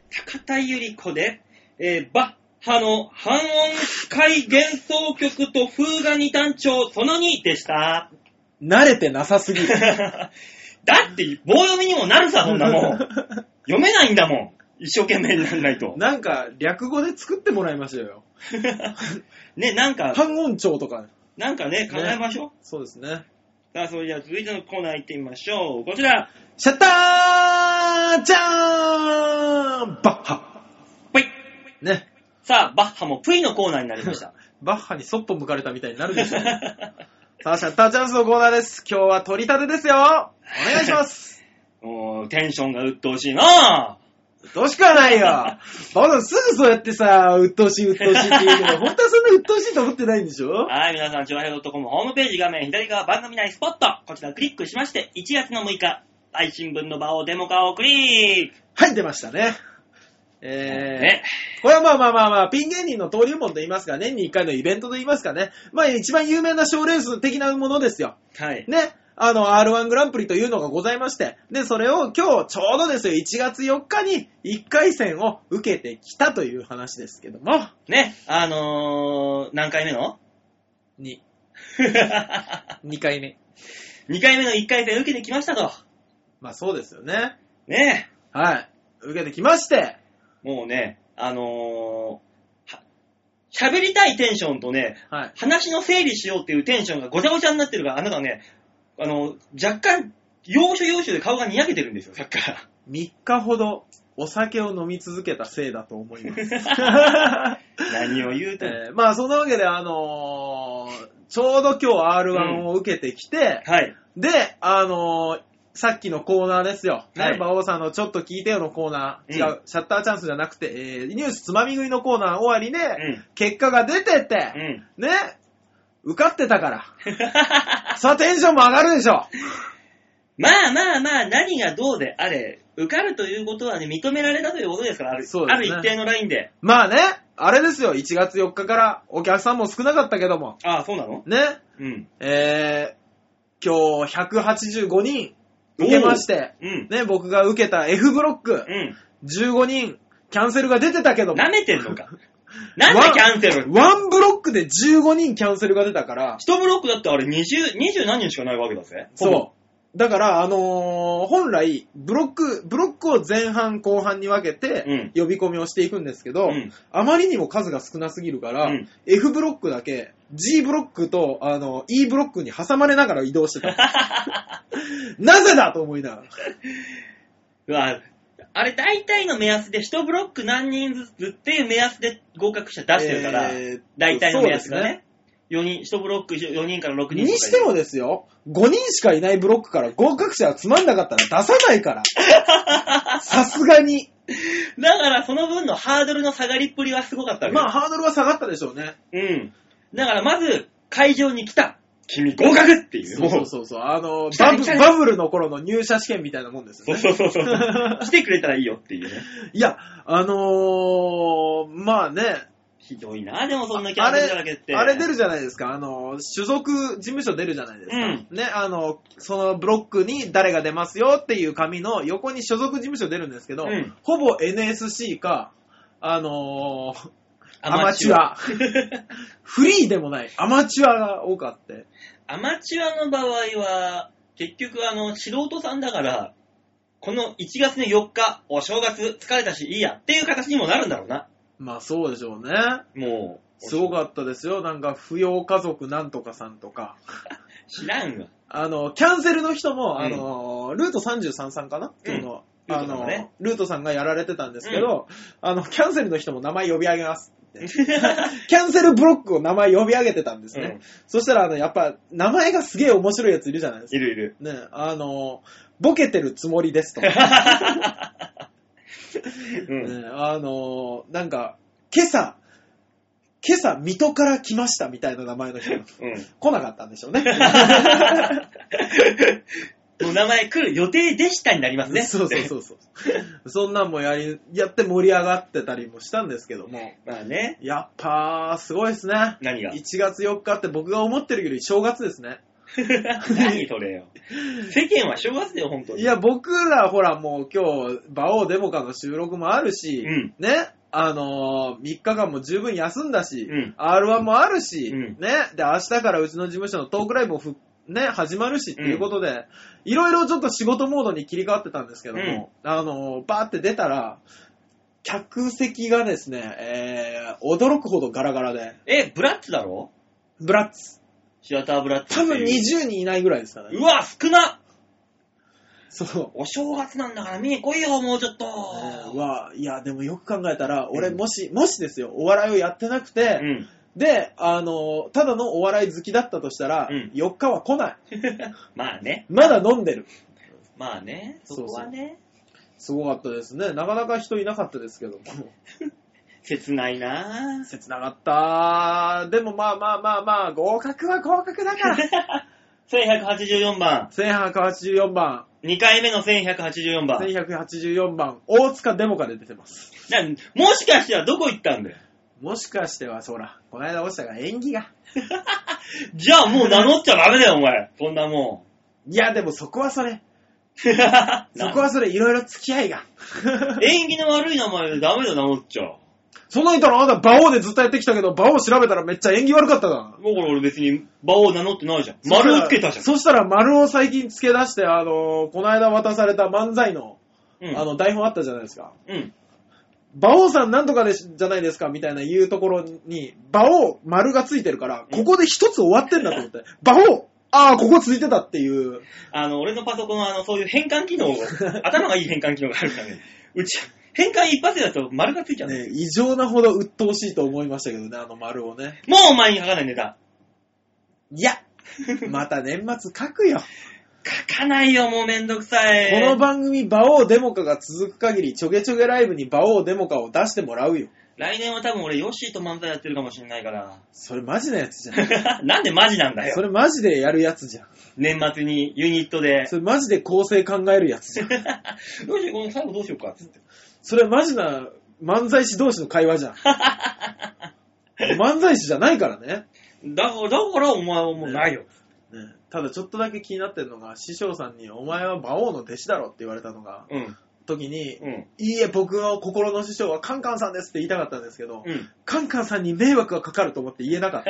高田百合子で、バッハの半音階幻想曲と風雅二単調その2でした。 慣れてなさすぎる。 だって棒読みにもなるさ、そんなもん。読めないんだもん。一生懸命にならないと。 なんか略語で作ってもらいましょうよ。 ね、なんか半音調とか。 なんかね、考えましょう。 そうですね。 さあ、それでは続いてのコーナー行ってみましょう。こちら。 シャッターチャーンバッハ。 ぷい。 ね。 さあ、バッハもぷいのコーナーになりました。 バッハにそっぽ向かれたみたいになるでしょう。さあ、シャッターチャンスのコーナーです。今日は取り立てですよ。お願いします。 もう、テンションが鬱陶しいなぁ。 鬱陶しくはないよ。バカさんすぐそうやってさ、鬱陶しいって言うけど、本当はそんな鬱陶しいと思ってないんでしょ？ はい、皆さん、ちょわへ.com ホームページ画面左側番組内スポット。こちらクリックしまして、1月の6日、配信分の場をデモ化をクリック。 はい、出ましたね。 ね、 これはまあ、ピン芸人の登竜門と言いますか、年に1回のイベントと言いますかね。まあ、一番有名な賞レース的なものですよ。 はい。 ね。R1 グランプリというのがございまして、で、それを今日ちょうどですよ、1月4日に1回戦を受けてきたという話ですけども。 ね、何回目の ?2 回目。 2回目の1回戦受けてきましたと。 まあそうですよね。 ね。 はい。受けてきまして。 もうね、喋りたいテンションとね、はい、話の整理しようっていうテンションがごちゃごちゃになってるから、あなたね、若干、要所要所で顔がにやけてるんですよ、さっきから。 3日ほどお酒を飲み続けたせいだと思います。 何を言うと。 まあ、そんなわけで、ちょうど今日 R1 を受けてきて、 はい。 で、さっきのコーナーですよ。はい。馬王さんのちょっと聞いてよのコーナー。違う、シャッターチャンスじゃなくて、ニュースつまみ食いのコーナー終わりで、結果が出てて、ね、受かってたから。さあ、テンションも上がるでしょ。 まあ、何がどうであれ、受かるということはね、認められたということですから、そうですね、ある一定のラインで。 まあね、あれですよ、1月4日からお客さんも少なかったけども。 ああ、そうなの？ ね。うん。今日185人受けまして、ね、僕が受けた F ブロック、15人キャンセルが出てたけども。 舐めてんのか。なんでキャンセル ？1ブロックで15人キャンセルが出たから。 1ブロックだってあれ20何人しかないわけだぜ。 そう。だから、本来、ブロックを前半後半に分けて、呼び込みをしていくんですけど、あまりにも数が少なすぎるから、F ブロックだけ、G ブロックと、E ブロックに挟まれながら移動してた。なぜだと思いながら。 うわ、あれ大体の目安で1ブロック何人ずつっていう目安で合格者出してるから、大体の目安がね。4人、1ブロック4人から6人とか。にしてもですよ、5人しかいないブロックから合格者はつまんなかったら出さないから。さすがに。 だからその分のハードルの下がりっぷりはすごかったわけ。 まあハードルは下がったでしょうね。 うん。だからまず会場に来た。君合格っていう。 そう。バブルの頃の入社試験みたいなもんですよね。 そう。来てくれたらいいよっていうね。 いや、まあね。 ひどいな、でもそんなキャンセルだらけって。 あれ出るじゃないですか。所属事務所出るじゃないですか。ね、そのブロックに誰が出ますよっていう紙の横に所属事務所出るんですけど、ほぼ NSC か、アマチュア。フリーでもない、アマチュアが多かって。 アマチュアの場合は、結局素人さんだから、この1月の4日、お正月疲れたしいいやっていう形にもなるんだろうな。 まあそうでしょうね。 もう。 すごかったですよ。なんか、扶養家族なんとかさんとか。 知らんわ。 キャンセルの人も、ルート33さんかな、今日の。ルートさんがやられてたんですけど、キャンセルの人も名前呼び上げますって。キャンセルブロックを名前呼び上げてたんですね。そしたら、やっぱ、名前がすげえ面白いやついるじゃないですか。 いる。 ね、ボケてるつもりですと。なんか、今朝、水戸から来ましたみたいな名前の人、来なかったんでしょうね。 もう名前来る予定でしたになりますね。 そう。そんなんもやって盛り上がってたりもしたんですけども。 まあね。 やっぱ、すごいですね。 何が？ 1月4日って僕が思ってるより正月ですね。 何それよ。世間は正月だよ、本当に。 いや、僕らほらもう今日、馬王デモカの収録もあるし、ね、3日間も十分休んだし、R1 もあるし、ね、で、明日からうちの事務所のトークライブもね、始まるしっていうことで、いろいろちょっと仕事モードに切り替わってたんですけども、バーって出たら、客席がですね、驚くほどガラガラで。 ブラッツだろ？ ブラッツ。 シアターブラッツ。 多分20人いないぐらいですかね。 うわ、少なっ！ そう。 お正月なんだから見に来いよ、もうちょっと。 いや、でもよく考えたら、俺もしですよ、お笑いをやってなくて、で、ただのお笑い好きだったとしたら、4日は来ない。 まあね。 まだ飲んでる。 まあね、そこはね。 すごかったですね。なかなか人いなかったですけども。 切ないなぁ。 切なかった。でもまあ、合格は合格だから。 1184番。 1184番。 2回目の1184番。 1184番。大塚デモカで出てます。 もしかしてはどこ行ったんだよ。 もしかしては、そら、この間落ちたから演技が。 じゃあもう名乗っちゃダメだよ、お前。そんなもん。いや、でもそこはそれ。そこはそれ、いろいろ付き合いが。 縁起の悪い名前でダメだよ、名乗っちゃう。 そんなにいたらあなた馬王でずっとやってきたけど、馬王調べたらめっちゃ縁起悪かったな。 だから俺別に馬王名乗ってないじゃん。丸をつけたじゃん。 そしたら丸を最近付け出して、この間渡された漫才の、台本あったじゃないですか。馬王さんなんとかじゃないですかみたいな言うところに、馬王丸がついてるから、ここで一つ終わってんだと思って。馬王ここついてたっていう。 俺のパソコンはそういう変換機能頭がいい変換機能があるからね。変換一発だと丸がついちゃうね。 異常なほど鬱陶しいと思いましたけどね、丸をね。 もうお前に書かないネタ。 いや、また年末書くよ。 書かないよ、もうめんどくさい。 この番組、馬王デモカが続く限り、ちょげちょげライブに馬王デモカを出してもらうよ。 来年は多分俺、ヨッシーと漫才やってるかもしれないから。 それマジなやつじゃん。 なんでマジなんだよ。 それマジでやるやつじゃん。 年末にユニットで。 それマジで構成考えるやつじゃん。 ヨッシー、この最後どうしようかっつって。 それマジな漫才師同士の会話じゃん。漫才師じゃないからね。 だからお前はもうないよ。 ね、ただちょっとだけ気になってるのが、師匠さんにお前は馬王の弟子だろって言われたのが、時に、いいえ、僕の心の師匠はカンカンさんですって言いたかったんですけど、カンカンさんに迷惑がかかると思って言えなかった。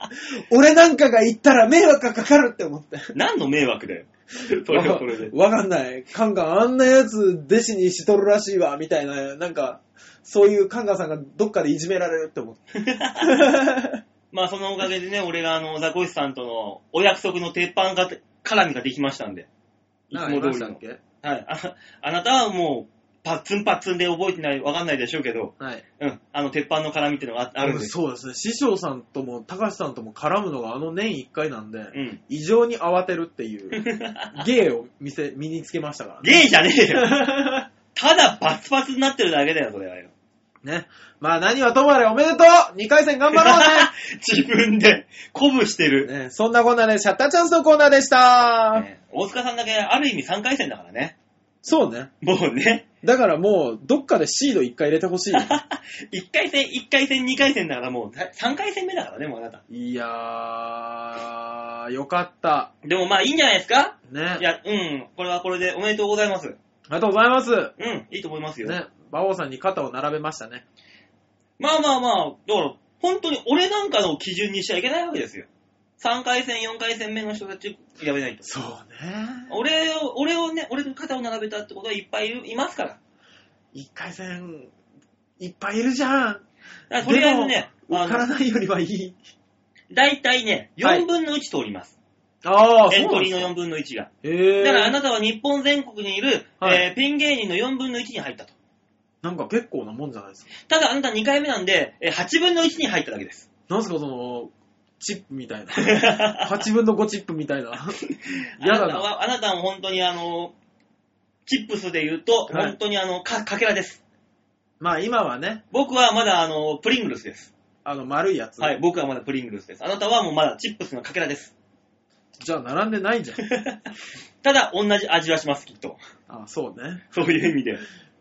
俺なんかが言ったら迷惑がかかるって思って。 何の迷惑だよ。それはそれで。 わかんない。カンカンあんなやつ弟子にしとるらしいわ、みたいな、なんか、そういうカンカンさんがどっかでいじめられるって思って。 まあそのおかげでね、俺がザコシさんとのお約束の鉄板絡みができましたんで。 いつも通りの。 はい。あなたはもう、パッツンパッツンで覚えてない、わかんないでしょうけど、 はい。 鉄板の絡みっていうのがあるんです。 そうですね。師匠さんとも、高橋さんとも絡むのが年1回なんで、異常に慌てるっていう、芸を身につけましたからね。芸じゃねえよ。ただパツパツになってるだけだよ、それはよ。 ね。まあ何はともあれおめでとう !2 回戦頑張ろうね自分で鼓舞してる。 ね、そんなコーナーでシャッターチャンスのコーナーでした、 ね、大塚さんだけある意味3回戦だからね。 そうね。 もうね。 だからもう、どっかでシード1回入れてほしいよ。 1回戦、2回戦だからもう3回戦目だからね、もうあなた。 いやー、よかった。 でもまあいいんじゃないですかね。 いや、これはこれでおめでとうございます。 ありがとうございます。 いいと思いますよ。 ね。馬王さんに肩を並べましたね。 まあ、だから、本当に俺なんかの基準にしちゃいけないわけですよ。3回戦、4回戦目の人たちやめないと。 そうね。 俺の肩を並べたってことはいっぱいいますから。 1回戦、いっぱいいるじゃん。 とりあえずね、 受からないよりはいい。 だいたいね、4分の1通ります。 ああ、 エントリーの4分の1が。だからあなたは日本全国にいる、ピン芸人の4分の1に入ったと。 なんか結構なもんじゃないですか。 ただあなた2回目なんで、8分の1に入っただけです。 なんすかその、チップみたいな。8分の5チップみたいな。やだな。 あなたも本当にチップスで言うと、本当にかけらです。 まあ今はね。 僕はまだプリングルスです。 丸いやつ。 はい、僕はまだプリングルスです。あなたはもうまだチップスのかけらです。 じゃあ並んでないじゃん。 ただ同じ味はします、きっと。 あ、そうね。 そういう意味で。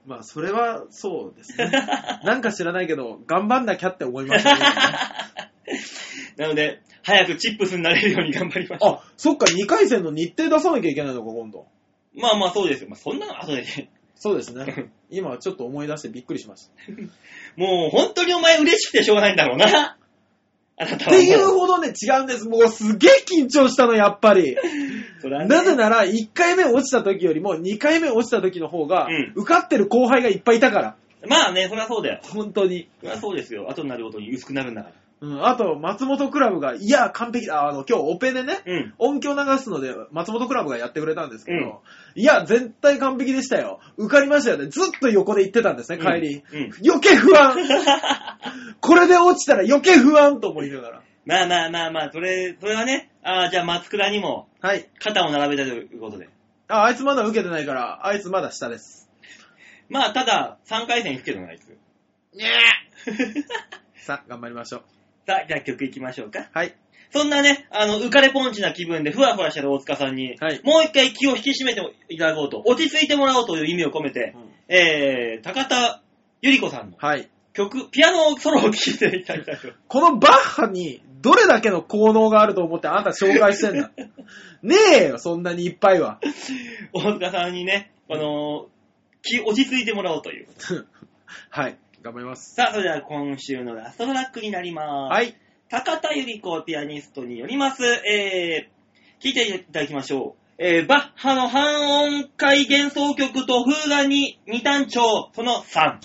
まあ、それはそうですね。なんか知らないけど、頑張んなきゃって思いましたね。 なので、早くチップスになれるように頑張りましょう。 あ、そっか、2回戦の日程出さなきゃいけないのか、今度。 まあまあそうですよ。まあ、そんなの後でね。 そうですね。今ちょっと思い出してびっくりしました。 もう本当にお前嬉しくてしょうがないんだろうな。あなたは。 っていうほどね、違うんです。もうすげえ緊張したの、やっぱり。 それはね、 なぜなら、1回目落ちた時よりも、2回目落ちた時の方が、 うん受かってる後輩がいっぱいいたから。 まあね、そりゃそうだよ。 本当に。 そりゃそうですよ。後になるごとに薄くなるんだから。 あと、松本クラブが、いや、完璧だ。今日オペでね、音響流すので、松本クラブがやってくれたんですけど、いや、絶対完璧でしたよ。受かりましたよね。ずっと横で言ってたんですね、帰り。余計不安。これで落ちたら余計不安と思いながら。 まあ、それはね、じゃあ松倉にも、肩を並べたということで。 あいつまだ受けてないから、あいつまだ下です。 まあ、ただ、3回戦行くけどな、あいつ。 ねさあ、頑張りましょう。 さあ、じゃあ曲行きましょうか。 はい。 そんなね、浮かれポンチな気分でふわふわしてる大塚さんに、もう一回気を引き締めていただこうと、落ち着いてもらおうという意味を込めて、高田ゆり子さんの曲、ピアノソロを聴いていただきたいと。 このバッハにどれだけの効能があると思ってあなた紹介してんだ。ねえよ、そんなにいっぱいは。 大塚さんにね、落ち着いてもらおうという。 はい。頑張ります。 さあ、それでは今週のラストトラックになります。 はい。 高田ゆり子ピアニストによります。聴いていただきましょう。バッハの半音階幻想曲と風雅に二単調、その3。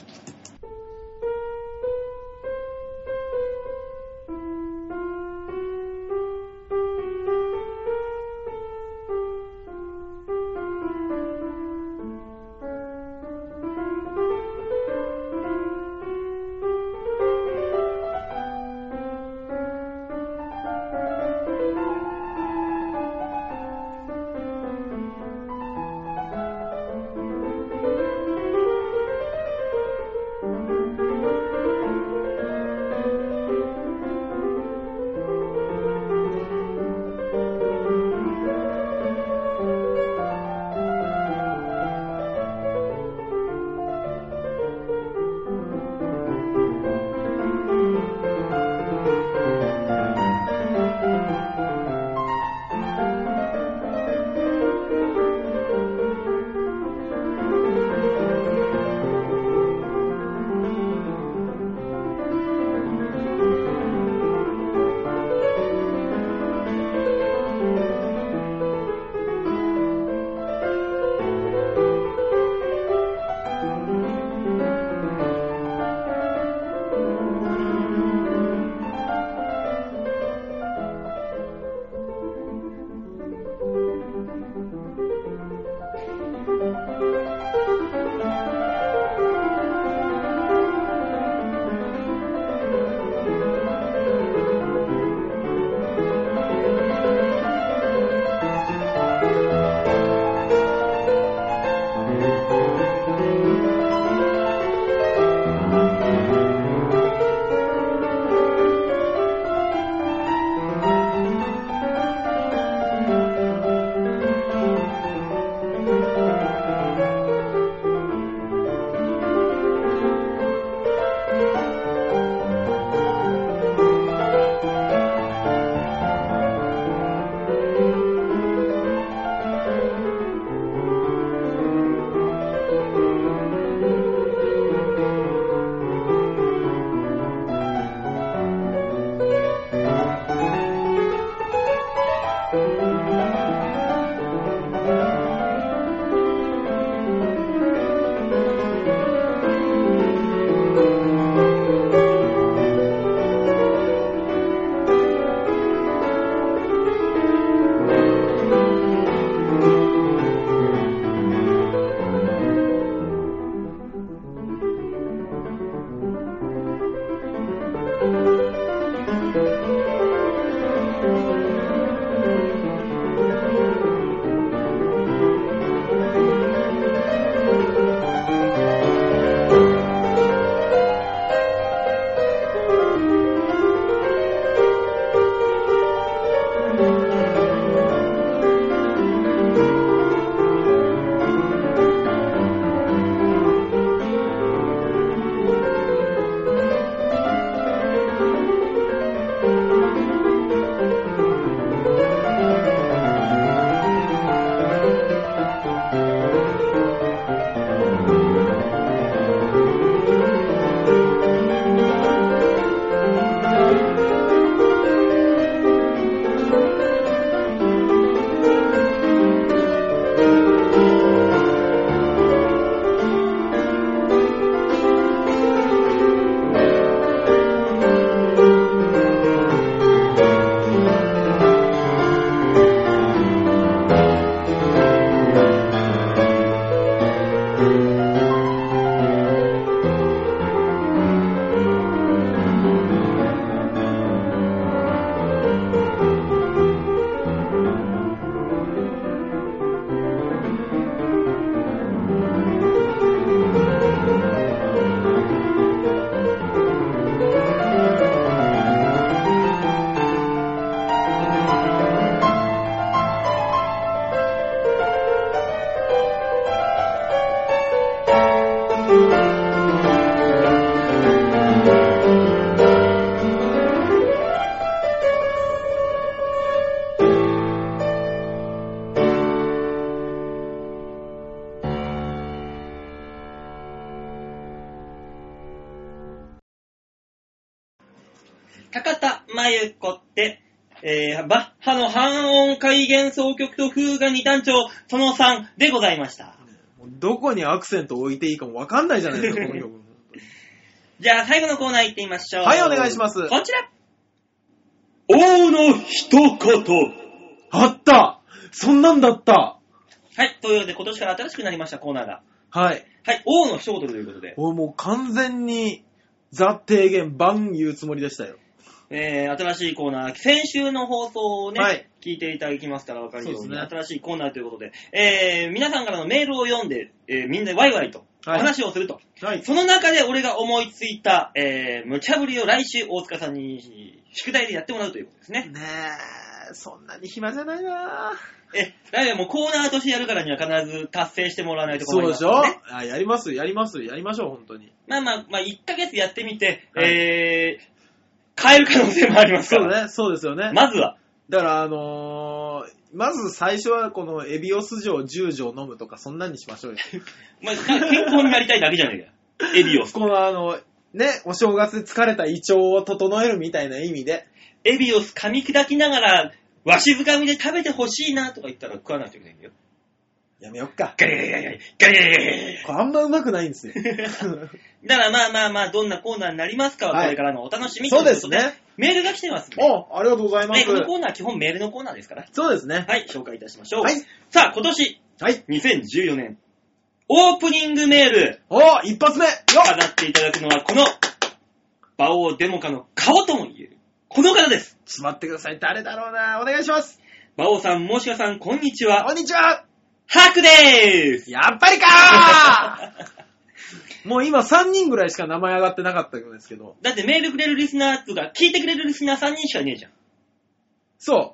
真由子って、バッハの半音階幻想曲と風雅二単調その3でございました。 どこにアクセントを置いていいかもわかんないじゃないですか、この曲。 じゃあ最後のコーナー行ってみましょう。 はい、お願いします。 こちら。王の一言。 あった、そんなんだった。 はい、ということで今年から新しくなりましたコーナーが。 はい。 はい、王の一言ということで。 もう完全にザ・提言バン言うつもりでしたよ。 新しいコーナー、先週の放送をね、 はい、 聞いていただきますから分かるように、 ね、 新しいコーナーということで、皆さんからのメールを読んで、みんなでワイワイと話をすると。はい、その中で俺が思いついた、無茶ぶりを来週大塚さんに宿題でやってもらうということですね。 ねえ、そんなに暇じゃないなぁ。 だからもうコーナーとしてやるからには必ず達成してもらわないと困りますよね。 そうでしょ？やります、やりましょう、本当に。 まあ、1ヶ月やってみて、はい、変える可能性もありますから。 そうね、そうですよね。 まずは。 だから、まず最初はこのエビオス錠10錠飲むとかそんなんにしましょうよ。 まあ、健康になりたいだけじゃねえか。エビオス。 このね、お正月で疲れた胃腸を整えるみたいな意味で。 エビオス噛み砕きながら、わしづかみで食べてほしいなとか言ったら食わないといけないんだよ。 やめよっか。 ガリガリガリガリガリガリガリ。 これあんまうまくないんですよ。 だからまあ、どんなコーナーになりますかは、これからのお楽しみということで。そうですね。 メールが来てますね。 ありがとうございます。 このコーナーは基本メールのコーナーですから。 そうですね。 はい、紹介いたしましょう。 はい。 さあ、今年、 はい。 2014年、オープニングメール。 一発目よ飾っていただくのは、この、馬王デモカの顔とも言える、この方です。 しまってください。誰だろうな。お願いします。 馬王さん、もしかさん、こんにちは。 こんにちは。 ハクでーす。 やっぱりかーもう今3人ぐらいしか名前上がってなかったんですけど。 だってメールくれるリスナーとか、聞いてくれるリスナー3人しかいねえじゃん。 そう。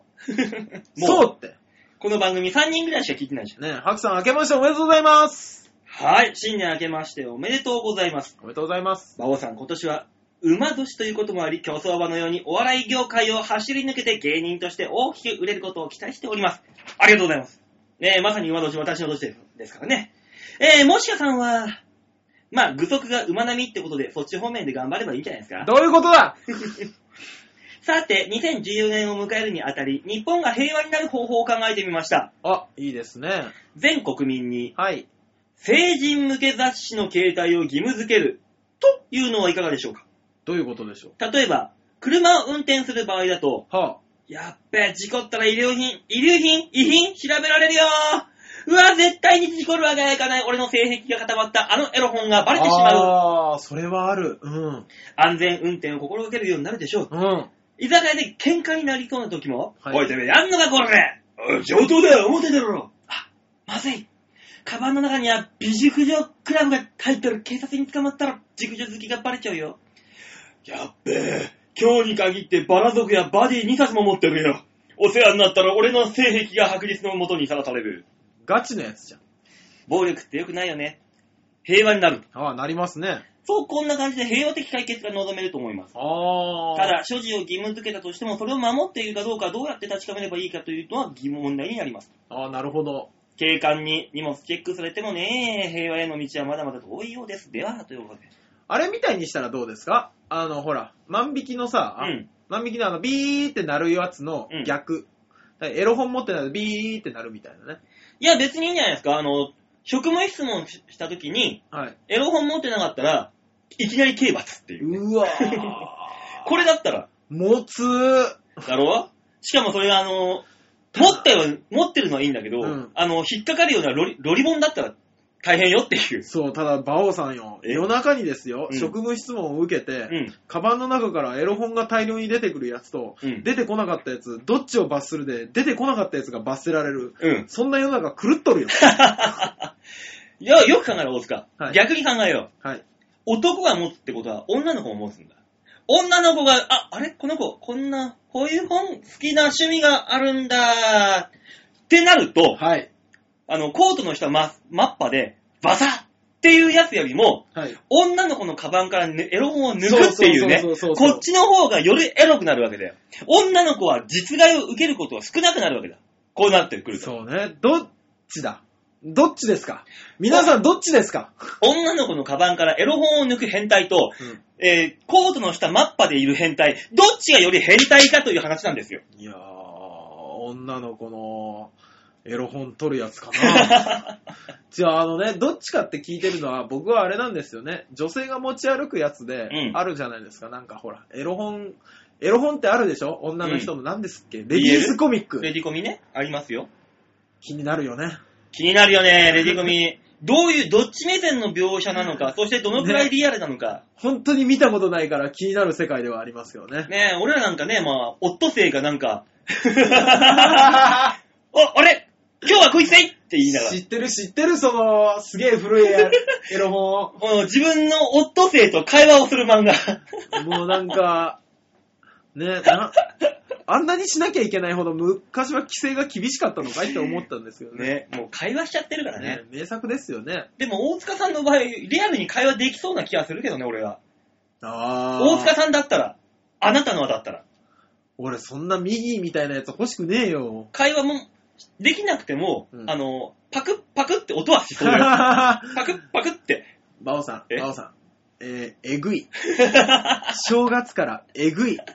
そうって。 この番組3人ぐらいしか聞いてないじゃん。 ねえ、ハクさん明けましておめでとうございます。 はい、新年明けましておめでとうございます。 おめでとうございます。 馬王さん、今年は馬年ということもあり、競走馬のようにお笑い業界を走り抜けて芸人として大きく売れることを期待しております。ありがとうございます。まさに馬年、私の年ですからね。もしかさんは、まあ、具足が馬並みってことで、そっち方面で頑張ればいいんじゃないですか。 どういうことださて、2014年を迎えるにあたり、日本が平和になる方法を考えてみました。 いいですね。 全国民に、 はい。 成人向け雑誌の携帯を義務付ける、というのはいかがでしょうか。 どういうことでしょう。 例えば、車を運転する場合だと、やっべ、事故ったら遺品調べられるよー。うわ、絶対に事故るわけにはいかない。俺の性癖が固まったあのエロ本がバレてしまう。それはある。うん。 安全運転を心がけるようになるでしょう。 うん。 居酒屋で喧嘩になりそうな時も、 はい、 おいてめえ、やんのかこれ。上等だよ、表出ろ。まずい。カバンの中には美熟女クラブが入ってる。警察に捕まったら熟女好きがバレちゃうよ。やっべえ。今日に限ってバラ族やバディ2冊も持ってるよ。お世話になったら俺の性癖が白日のもとにさらされる。 ガチのやつじゃん。 暴力って良くないよね。平和になる。 なりますね。 そう、こんな感じで平和的解決が望めると思います。ただ、所持を義務付けたとしても、それを守っているかどうか、どうやって確かめればいいかというのは疑問問題になります。 なるほど。 警官に荷物チェックされてもね、平和への道はまだまだ遠いようです。では、ということで。 あれみたいにしたらどうですか？ほら、万引きのさ、万引きのビーってなるやつの逆。エロ本持ってないとビーってなるみたいなね。 いや、別にいいんじゃないですか。職務質問したときに、エロ本持ってなかったら、いきなり刑罰っていう、ね。 うわこれだったら。 持つだろ？しかもそれが持ってるのはいいんだけど、引っかかるようなロリ本だったら大変よっていう。 そう、ただ、馬王さんよ。夜中にですよ、職務質問を受けて、カバンの中からエロ本が大量に出てくるやつと、出てこなかったやつ、どっちを罰するで、出てこなかったやつが罰せられる。そんな世の中狂っとるよ。 いや、よく考えろ、大塚。逆に考えよう。 男が持つってことは、女の子も持つんだ。女の子が、あれこの子、こういう本好きな趣味があるんだってなると、コートの下マッパで、バサッっていうやつよりも、女の子のカバンから、エロ本を抜くっていうね、こっちの方がよりエロくなるわけだよ。女の子は実害を受けることは少なくなるわけだ。こうなってくると。 そうね。どっちだどっちですか？皆さんどっちですか？ 女の子のカバンからエロ本を抜く変態と、コートの下マッパでいる変態、どっちがより変態かという話なんですよ。 いやー、女の子のエロ本取るやつかな。じゃあどっちかって聞いてるのは、僕はあれなんですよね。女性が持ち歩くやつで、あるじゃないですか。なんかほら、エロ本ってあるでしょ？女の人の何ですっけ？レディースコミック。 レディコミね。ありますよ。 気になるよね。 気になるよね、レディコミ。どっち目線の描写なのか、そしてどのくらいリアルなのか。 本当に見たことないから気になる世界ではありますよね。 ねえ、俺らなんかね、オットセイがなんか、あれ今日はこいつでいって言いながら。 知ってる、その、すげえ古いエロ本。 自分のオットセイと会話をする漫画。 もうなんか、ね、あんなにしなきゃいけないほど昔は規制が厳しかったのかいって思ったんですよね。 ね、もう会話しちゃってるからね。 名作ですよね。 でも大塚さんの場合、リアルに会話できそうな気がするけどね、俺は。 大塚さんだったら、あなたのだったら。 俺そんなミギーみたいなやつ欲しくねえよ。 会話もできなくても、パクッパクって音はしそうだよ。パクッパクって。 バオさん。えぐい。正月からえぐい。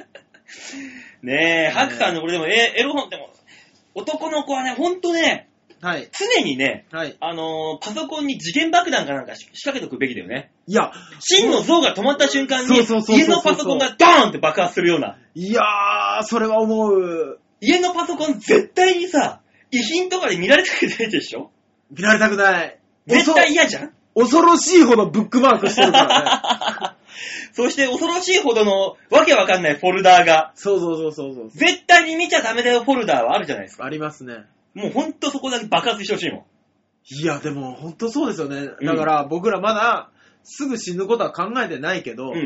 ねえ、ハクさんのこれでもエロ本でも、男の子はね、ほんとね、 はい、 常にね、 はい、 パソコンに時限爆弾かなんか仕掛けておくべきだよね。 いや、 真の像が止まった瞬間に、家のパソコンがドーンって爆発するような。 いやー、それは思う。 家のパソコン絶対にさ、遺品とかで見られたくないでしょ？ 見られたくない。 絶対嫌じゃん？ 恐ろしいほどブックマークしてるからね。 そして恐ろしいほどのわけわかんないフォルダーが。 そう。 絶対に見ちゃダメだよフォルダーはあるじゃないですか。 ありますね。 もうほんとそこだけ爆発してほしいもん。 いや、でもほんとそうですよね。だから僕らまだすぐ死ぬことは考えてないけど、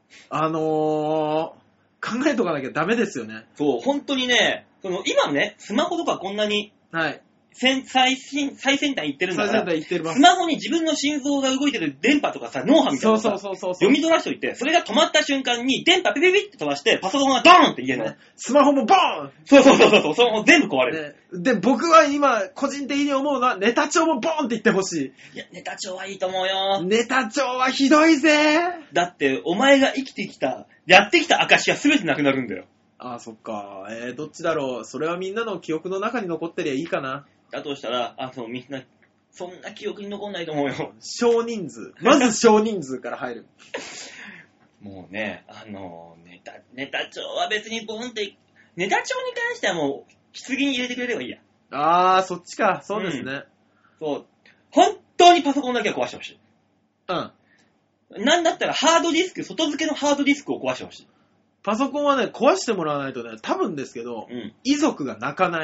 考えとかなきゃダメですよね。 そう、ほんとにね、今ね、スマホとかこんなに、 はい。 最先端行ってるんだから、 スマホに自分の心臓が動いてる電波とかさ、脳波みたいなのさ、読み取らしておいて、それが止まった瞬間に電波ピピピって飛ばして、パソコンがドーンって言えるの。 スマホもボーン。 そう、それも全部壊れる。 で、僕は今、個人的に思うのは、ネタ帳もボーンって言ってほしい。 いや、ネタ帳はいいと思うよ。 ネタ帳はひどいぜ。 だって、お前が生きてきた、やってきた証が全てなくなるんだよ。 ああ、そっか。どっちだろう。それはみんなの記憶の中に残ってりゃいいかな。 だとしたら、みんな、そんな記憶に残んないと思うよ。 少人数。まず少人数から入る。 もうね、ネタ帳は別にボンって、ネタ帳に関してはもう、棺に入れてくれればいいや。 あー、そっちか。そうですね。 そう。本当にパソコンだけは壊してほしい。 うん。 なんだったらハードディスク、外付けのハードディスクを壊してほしい。 パソコンはね、壊してもらわないとね、多分ですけど、遺族が泣かない。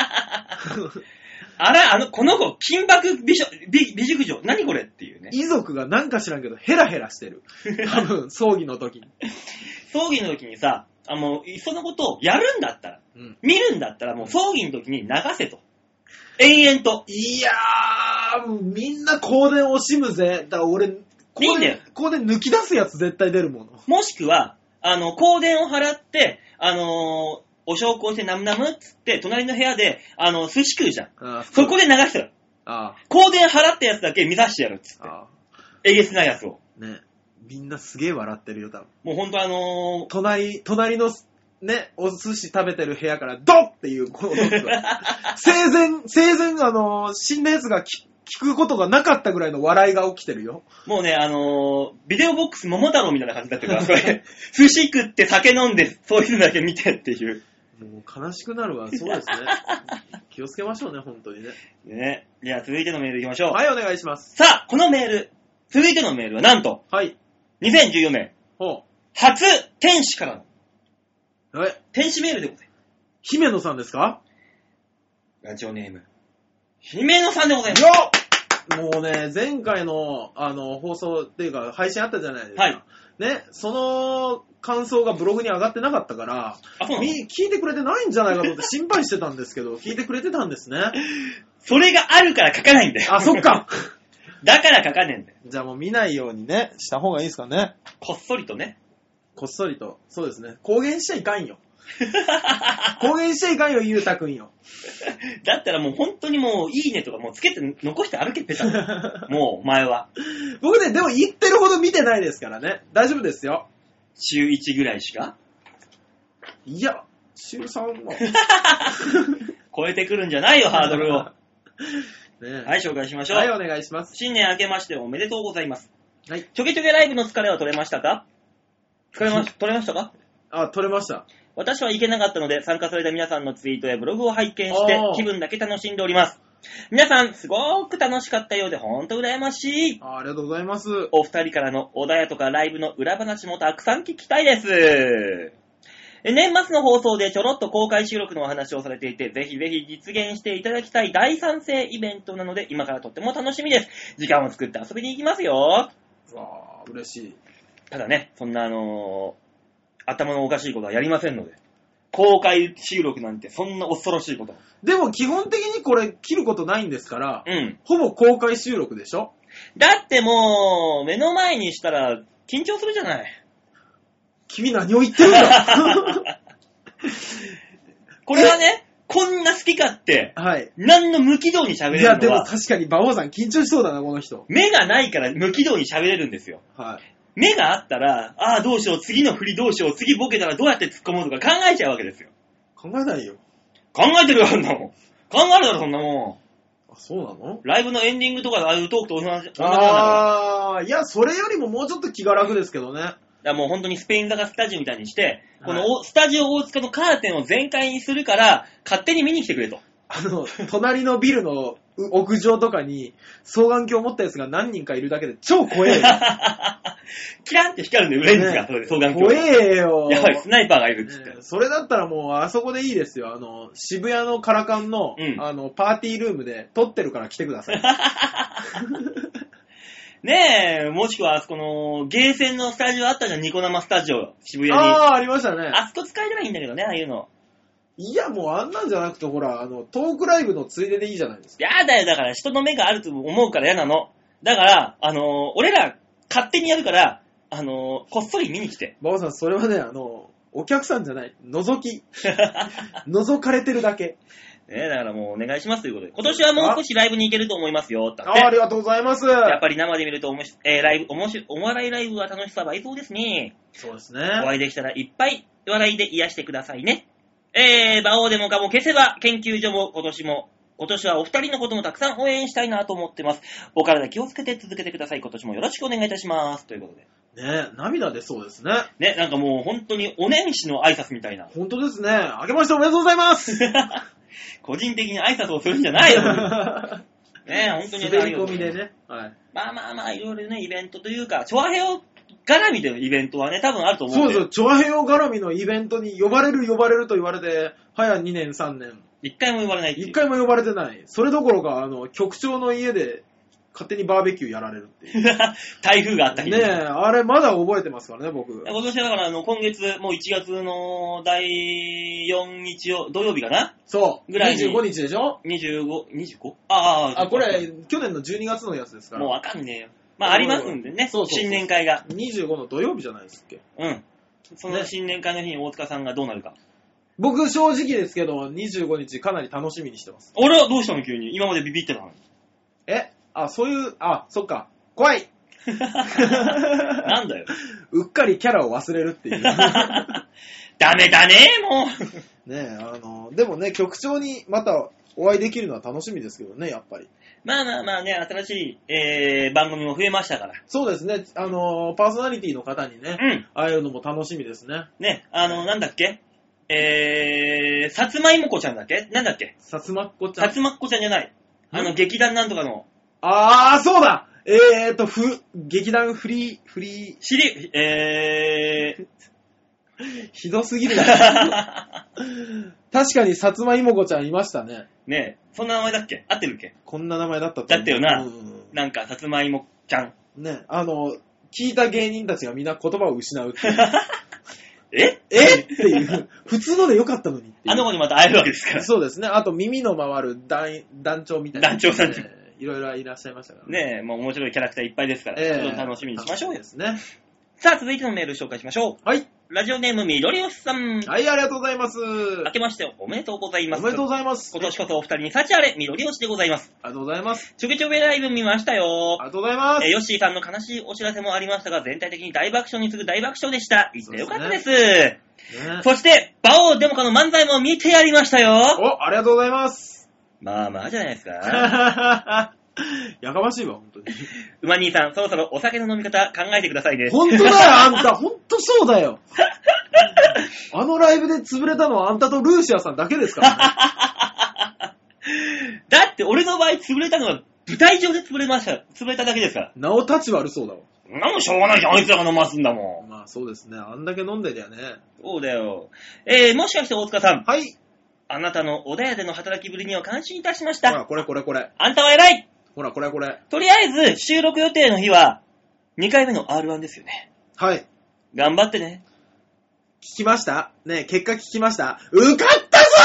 あら、この子、金箔美熟女、何これっていうね。 遺族がなんか知らんけど、ヘラヘラしてる。多分、葬儀の時に。 葬儀の時にさ、いっそのことをやるんだったら、見るんだったら、もう葬儀の時に流せと。延々と。 いやー、みんな香典惜しむぜ。だから俺、香典抜き出すやつ絶対出るもの。 もしくは、香典を払って、お焼香してナムナムっつって、隣の部屋で、寿司食うじゃん。そこで流してる。香典払ったやつだけ見さしてやるっつって。えげつないやつを。ね。 みんなすげえ笑ってるよ、多分。 もうほんと隣の、ね、お寿司食べてる部屋から、ドッっていう、この生前、死んだやつが聞くことがなかったぐらいの笑いが起きてるよ。 もうね、ビデオボックス桃太郎みたいな感じになってるから、それ、寿司食って酒飲んで、そういうのだけ見てっていう。 もう悲しくなるわ、そうですね。気をつけましょうね、本当にね。 ね。じゃあ続いてのメール行きましょう。 はい、お願いします。 さあ、このメール、続いてのメールはなんと、 はい。 2014年、初天使からの、天使メールでございます。 姫野さんですか？ ラジオネーム、姫野さんでございます。 もうね、前回の、放送っていうか、配信あったじゃないですか。はい。ね、その感想がブログに上がってなかったから、聞いてくれてないんじゃないかと思って心配してたんですけど、聞いてくれてたんですね。 それがあるから書かないんだよ。 あ、そっか。 だから書かねえんだよ。 じゃあもう見ないようにね、した方がいいですかね。 こっそりとね。 こっそりと。そうですね。公言しちゃいかんよ。 公言しちゃいかんよ、ゆうたくんよ。 だったらもう本当にもういいねとかもうつけて残して歩けペタ。もうお前は。 僕ね、でも言ってるほど見てないですからね。大丈夫ですよ。 週1ぐらいしかいや、週3は。 超えてくるんじゃないよ、ハードルを。 ね、 はい、紹介しましょう。 はい、お願いします。 新年明けましておめでとうございます。 はい。 ちょげちょげライブの疲れは取れましたか？取れましたか？ あ、取れました。 私は行けなかったので、参加された皆さんのツイートやブログを拝見して、気分だけ楽しんでおります。皆さん、すごく楽しかったようで、ほんと羨ましい。 ありがとうございます。 お二人からのおだやとかライブの裏話もたくさん聞きたいです。年末の放送でちょろっと公開収録のお話をされていて、ぜひぜひ実現していただきたい大賛成イベントなので、今からとっても楽しみです。時間を作って遊びに行きますよ。 わー、嬉しい。 ただね、そんな頭のおかしいことはやりませんので。公開収録なんてそんな恐ろしいこと。 でも基本的にこれ切ることないんですから、 うん。 ほぼ公開収録でしょ？ だってもう、目の前にしたら緊張するじゃない。 君何を言ってるんだこれはね、こんな好きかって、 はい。 何の無軌道に喋れるのは。 いや、でも確かに馬王さん緊張しそうだな、この人。 目がないから無軌道に喋れるんですよ。 はい。 目があったら、ああ、どうしよう、次の振りどうしよう、次ボケたらどうやって突っ込もうとか考えちゃうわけですよ。 考えないよ。 考えてるよ、そんなもん。考えるだろ、そんなもあ、そうなの？ ライブのエンディングとかああいうトークと同じなんだから。 ああ、いや、それよりももうちょっと気が楽ですけどね。 だからもう本当にスペイン坂スタジオみたいにして、このスタジオ大塚のカーテンを全開にするから、勝手に見に来てくれと。 隣のビルの屋上とかに双眼鏡を持ったやつが何人かいるだけで超怖えよ。 キランって光るんで、売れるんですか、それで双眼鏡。 怖えよ。 やばい、スナイパーがいるっつって。 それだったらもうあそこでいいですよ。渋谷のカラカンの、パーティールームで撮ってるから来てください。 ねえ、もしくはあそこのゲーセンのスタジオあったじゃん、ニコ生スタジオ、渋谷に。 ああ、ありましたね。 あそこ使えればいいんだけどね、ああいうの。 いや、もうあんなんじゃなくて、ほら、トークライブのついででいいじゃないですか。 やだよ、だから人の目があると思うから嫌なの。だから、俺ら勝手にやるから、こっそり見に来て。 馬場さん、それはね、お客さんじゃない。覗き。覗かれてるだけ。 ね、だからもうお願いしますということで。今年はもう少しライブに行けると思いますよ。 ありがとうございます。 やっぱり生で見るとお笑いライブは楽しさ倍増ですね。 そうですね。 お会いできたらいっぱい笑いで癒してくださいね。馬王でもかも消せば研究所も今年はお二人のこともたくさん応援したいなと思ってます。お体気をつけて続けてください。今年もよろしくお願いいたします。ということで。 ね、涙出そうですね。 ね、なんかもう本当にお年始の挨拶みたいな。 本当ですね。明けましておめでとうございます。 個人的に挨拶をするんじゃないよ。ね、本当に滑り込みでね。はい。 まあ、いろいろね、イベントというか、チョアヘオ絡みでのイベントはね、多分あると思うんで。 そうそう、チョアヘオ絡みのイベントに呼ばれると言われて、早2年3年。 一回も呼ばれないっていう。 一回も呼ばれてない。それどころか、局長の家で勝手にバーベキューやられるっていう。 台風があった日ねえ、あれまだ覚えてますからね、僕。 今年はだから今月、もう1月の第4日曜、土曜日かなそう。 ぐらいに 25日でしょ ?25？あ、 これ、去年の12月のやつですから。 もうわかんねえよ。まあ、ありますんでね。そう新年会が。 25の土曜日じゃないですっけ。 うん。その新年会の日に大塚さんがどうなるか。 僕、正直ですけど、25日かなり楽しみにしてます。 俺はどうしたの急に。今までビビってたのに。 そっか。怖いなんだよ。 うっかりキャラを忘れるっていう。 ダメだね、もう。ねえ、でもね、局長にまたお会いできるのは楽しみですけどね、やっぱり。 まあね、新しい、番組も増えましたから。 そうですね、パーソナリティの方にね、会えるのも楽しみですね。 ね、なんだっけさつまいもこちゃんだっけなんだっけさつまっこちゃん。 さつまっこちゃんじゃない。劇団なんとかの。 そうだ劇団フリー。ひどすぎるな。確かにさつまいもこちゃんいましたね。 ねえ、そんな名前だっけ合ってるっけこんな名前だったとだったよな。なんか、さつまいもちゃん。 ね、聞いた芸人たちがみんな言葉を失うっていう。 えっていう。普通のでよかったのにっていう。 あの子にまた会えるわけですから。 そうですね。あと耳の回る団長みたいな、 団長さんに。 いろいろいらっしゃいましたからねえ、もう面白いキャラクターいっぱいですから、楽しみにしましょうよ。 ですね。 さあ、続いてのメール紹介しましょう。 はい。 ラジオネームみどりよしさん。 はい、ありがとうございます。 明けましておめでとうございます。 おめでとうございます。 今年こそお二人に幸あれ、みどりよしでございます。 ありがとうございます。 ちょげちょげライブ見ましたよ。 ありがとうございます。 ヨッシーさんの悲しいお知らせもありましたが、全体的に大爆笑に次ぐ大爆笑でした。言ってよかったです。 ね、 そして、馬王デモカの漫才も見てやりましたよ。 お、ありがとうございます。 まあまあじゃないですか。 やかましいわ、本当に。 馬兄さん、そろそろお酒の飲み方考えてくださいね。 本当だよ、あんた。本当そうだよ。あのライブで潰れたのはあんたとルーシアさんだけですからね。 だって俺の場合潰れたのは舞台上で潰れただけですから。 なお立ち悪そうだわ。 なんもしょうがないじゃん、あいつらが飲ますんだもん。 まあそうですね。あんだけ飲んでりゃね。 そうだよ。もしかして大塚さん。 はい。 あなたの小田屋での働きぶりには感心いたしました。 ほら、これ。 あんたは偉い。 ほら、これ。 とりあえず、収録予定の日は、2回目の R1 ですよね。 はい。 頑張ってね。 聞きましたね、結果聞きました。受かったぞ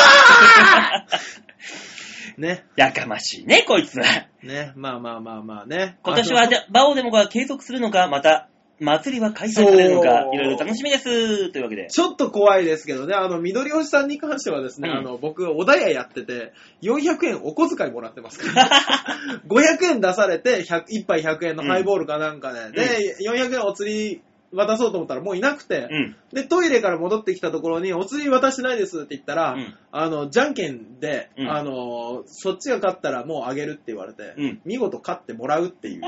ーね。 やかましいね、こいつは。 ね、まあね。 今年はバオデモが継続するのか、また、祭りは開催されるのか、いろいろ楽しみです。というわけで。 ちょっと怖いですけどね、緑星さんに関してはですね、僕、小田屋やってて、400円お小遣いもらってますから、500円出されて、1杯100円のハイボールかなんかで、で、400円お釣り渡そうと思ったらもういなくて、で、トイレから戻ってきたところに、お釣り渡してないですって言ったら、じゃんけんで、そっちが勝ったらもうあげるって言われて、見事勝ってもらうっていう。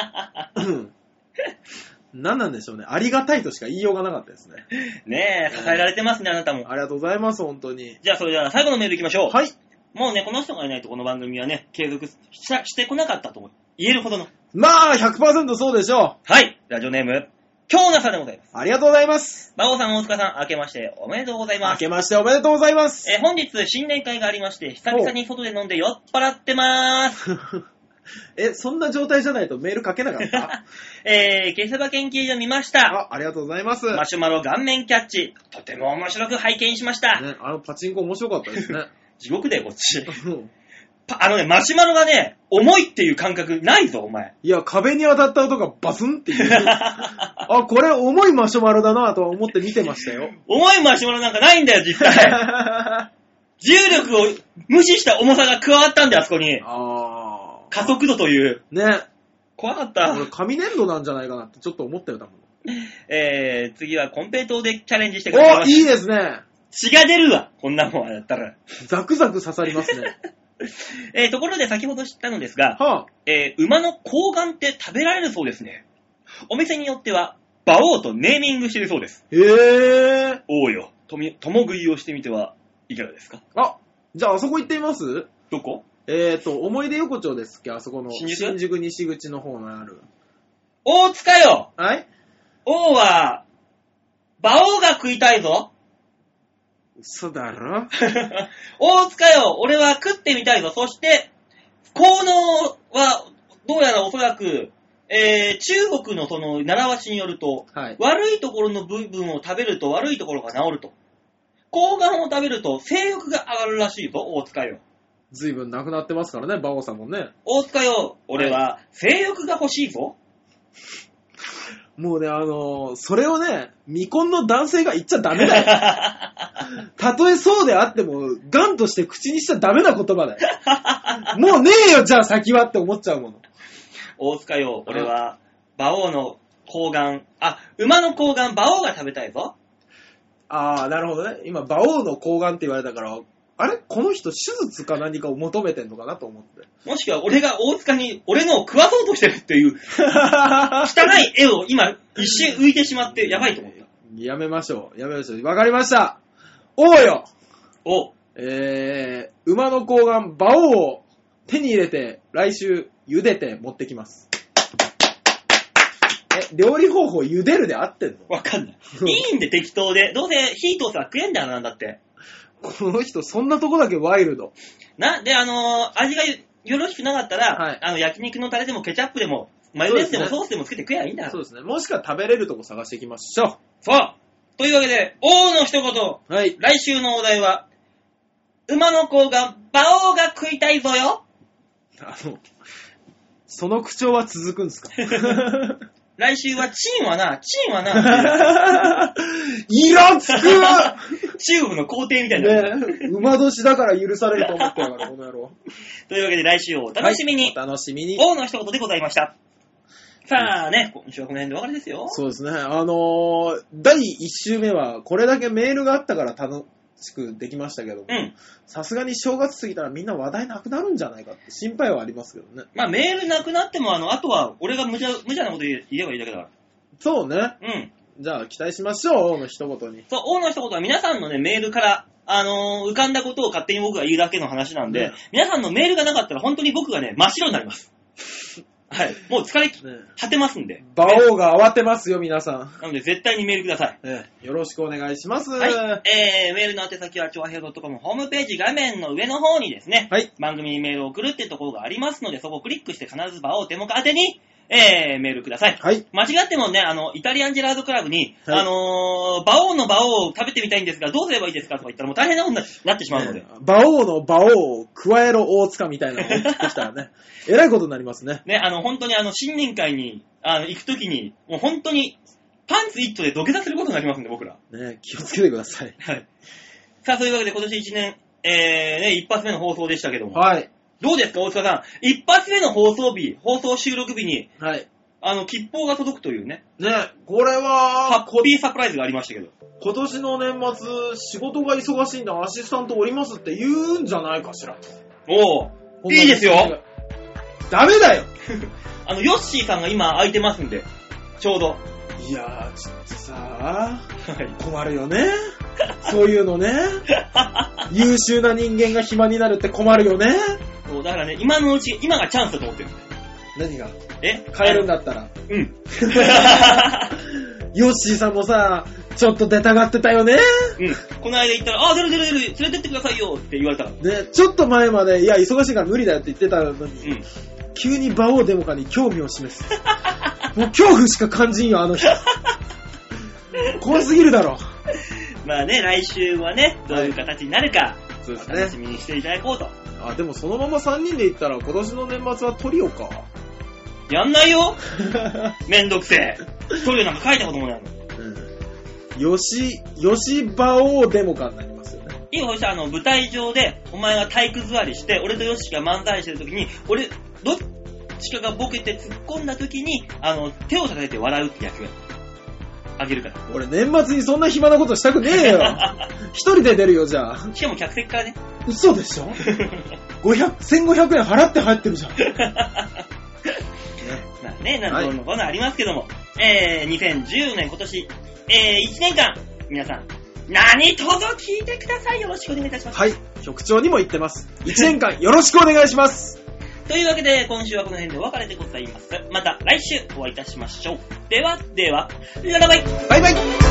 何なんでしょうね。ありがたいとしか言いようがなかったですね。 ねえ、支えられてますね、あなたも。 ありがとうございます、本当に。 じゃあ、それでは最後のメール行きましょう。 はい。 もうね、この人がいないとこの番組はね、継続してこなかったと言えるほどの。 まあ、100% そうでしょう。はい。ラジオネーム、京奈さんでございます。 ありがとうございます。 馬王さん、大塚さん、明けましておめでとうございます。 明けましておめでとうございます。 本日、新年会がありまして、久々に外で飲んで酔っ払ってまーす。 そんな状態じゃないとメール書けなかった消せば研究所見ました。 ありがとうございます。 マシュマロ顔面キャッチ。とても面白く拝見しました。 ね、パチンコ面白かったですね。 地獄だよ、こっち。マシュマロがね、重いっていう感覚ないぞ、お前。いや、壁に当たった音がバスンっていう。これ重いマシュマロだなとは思って見てましたよ。 重いマシュマロなんかないんだよ、実際。重力を無視した重さが加わったんだよ、あそこに。加速度という。 ね。 怖かった。 俺、紙粘土なんじゃないかなってちょっと思ったよ、多分。 次はコンペイトーでチャレンジしてください。 いいですね。 血が出るわ、こんなもんだったら。 ザクザク刺さりますね。 ところで先ほど知ったのですが、馬の睾丸って食べられるそうですね。お店によっては、馬王とネーミングしてるそうです。おうよ、共食いをしてみてはいかがですか？ じゃああそこ行ってみます？ どこ？ 思い出横丁ですっけ、あそこの。新宿西口の方のある。 大塚よ！ はい？ 王は、馬王が食いたいぞ。 嘘だろ大塚よ、俺は食ってみたいぞ。そして、効能は、どうやらおそらく、中国のその習わしによると、悪いところの部分を食べると悪いところが治ると。睾丸を食べると性欲が上がるらしいぞ、大塚よ。 随分なくなってますからね、馬王さんもね。 大塚よ、俺は性欲が欲しいぞ。 もうね、それをね、未婚の男性が言っちゃダメだよ。たとえそうであっても、ガンとして口にしちゃダメな言葉だよ。もうねえよ、じゃあ先はって思っちゃうもの。 大塚よ、俺は、馬王の睾丸、馬の睾丸、馬王が食べたいぞ。 なるほどね。今、馬王の睾丸って言われたから、あれこの人手術か何かを求めてんのかなと思って。 もしくは俺が大塚に俺のを食わそうとしてるっていう、汚い絵を今一瞬浮いてしまってやばいと思った。 やめましょう。わかりました。王よ。馬の睾丸、馬王を手に入れて、来週茹でて持ってきます。料理方法茹でるで合ってんの？ わかんない。いいんで適当で。どうせ火通せば食えんだよな、だって。 この人、そんなとこだけワイルド。 で、味がよろしくなかったら、焼肉のタレでもケチャップでも、マヨネーズでもソースでもつけて食えばいいんだ。 そうですね。もしくは食べれるとこ探していきましょう。 そう。というわけで、王の一言。 はい。 来週のお題は、馬の睾丸、馬王が食いたいぞよ。 その口調は続くんですか？ 来週はチンはな色つく中国の皇帝みたいな。 ね、馬年だから許されると思ってやから、この野郎。 というわけで来週をお楽しみに。 はい、お楽しみに。 王の一言でございました。さあね、今週はこの辺でお別れですよ。 そうですね。第1週目はこれだけメールがあったから楽しくできましたけども、さすがに正月過ぎたらみんな話題なくなるんじゃないかって心配はありますけどね。 まあメールなくなっても、あとは俺が無茶なこと言えばいいだけだから。 そうね。 うん。 じゃあ期待しましょう、王の一言に。 そう、王の一言は皆さんのね、メールから、浮かんだことを勝手に僕が言うだけの話なんで、皆さんのメールがなかったら本当に僕がね、真っ白になります。はい。もう疲れ果てますんで。 馬王が慌てますよ、皆さん。 なので絶対にメールください。よろしくお願いします。 はい。メールの宛先は、ちょわへい .com ホームページ画面の上の方にですね、はい。番組にメールを送るっていうところがありますので、そこをクリックして必ず馬王デモカ宛てに、メールください。はい。間違ってもね、イタリアンジェラードクラブに、はい、馬王の馬王を食べてみたいんですが、どうすればいいですかとか言ったらもう大変なことになってしまうので。 馬王の馬王を加えろ大塚みたいなのを送ってきたらね、えらいことになりますね。 ね、本当に新年会に、行くときに、もう本当に、パンツ一丁で土下座することになりますんで、僕ら。 ね、気をつけてください。 はい。さあ、そういうわけで今年1年、ね、一発目の放送でしたけども。 はい。 どうですか、大塚さん。一発目の放送収録日に、 はい。 吉報が届くというね。 ね、これは、 ハッピーサプライズがありましたけど。 今年の年末、仕事が忙しいんでアシスタントおりますって言うんじゃないかしら。 おー、いいですよ。 ダメだよヨッシーさんが今空いてますんで、ちょうど。 いやー、ちょっとさ困るよね。そういうのね。優秀な人間が暇になるって困るよね。 そう、だからね、今がチャンスだと思ってる。 何が？ 変えるんだったら。 うん。 ヨッシーさんもさ、ちょっと出たがってたよね。 うん。この間言ったら、出る、連れてってくださいよって言われた。 ね、ちょっと前まで、いや、忙しいから無理だよって言ってたのに、急に馬王デモカに興味を示す。もう恐怖しか感じんよ、あの人。怖すぎるだろ。 まあね、来週はね、どういう形になるか、 そうですね。 楽しみにしていただこうと。 でもそのまま3人で行ったら今年の年末はトリオか。 やんないよめんどくせえ。トリオなんか書いたこともないの。 よし馬王デモカになりますよね。 いいよ、そしたら舞台上で、お前が体育座りして、俺とヨッシーが漫才してる時に、どっちかがボケて突っ込んだ時に、手を叩いて笑うって役があげるから。 俺年末にそんな暇なことしたくねえよ。一人で出るよ、じゃあ。 しかも客席からね。 嘘でしょ1500円払って入ってるじゃん。 まあね、なんとのこのありますけども、2010年今年、1年間、皆さん、何卒聞いてください。よろしくお願いいたします。 はい、局長にも言ってます。1年間よろしくお願いします。 というわけで、今週はこの辺でお別れでございます。また来週お会いいたしましょう。では、ララバイ。 バイバイ。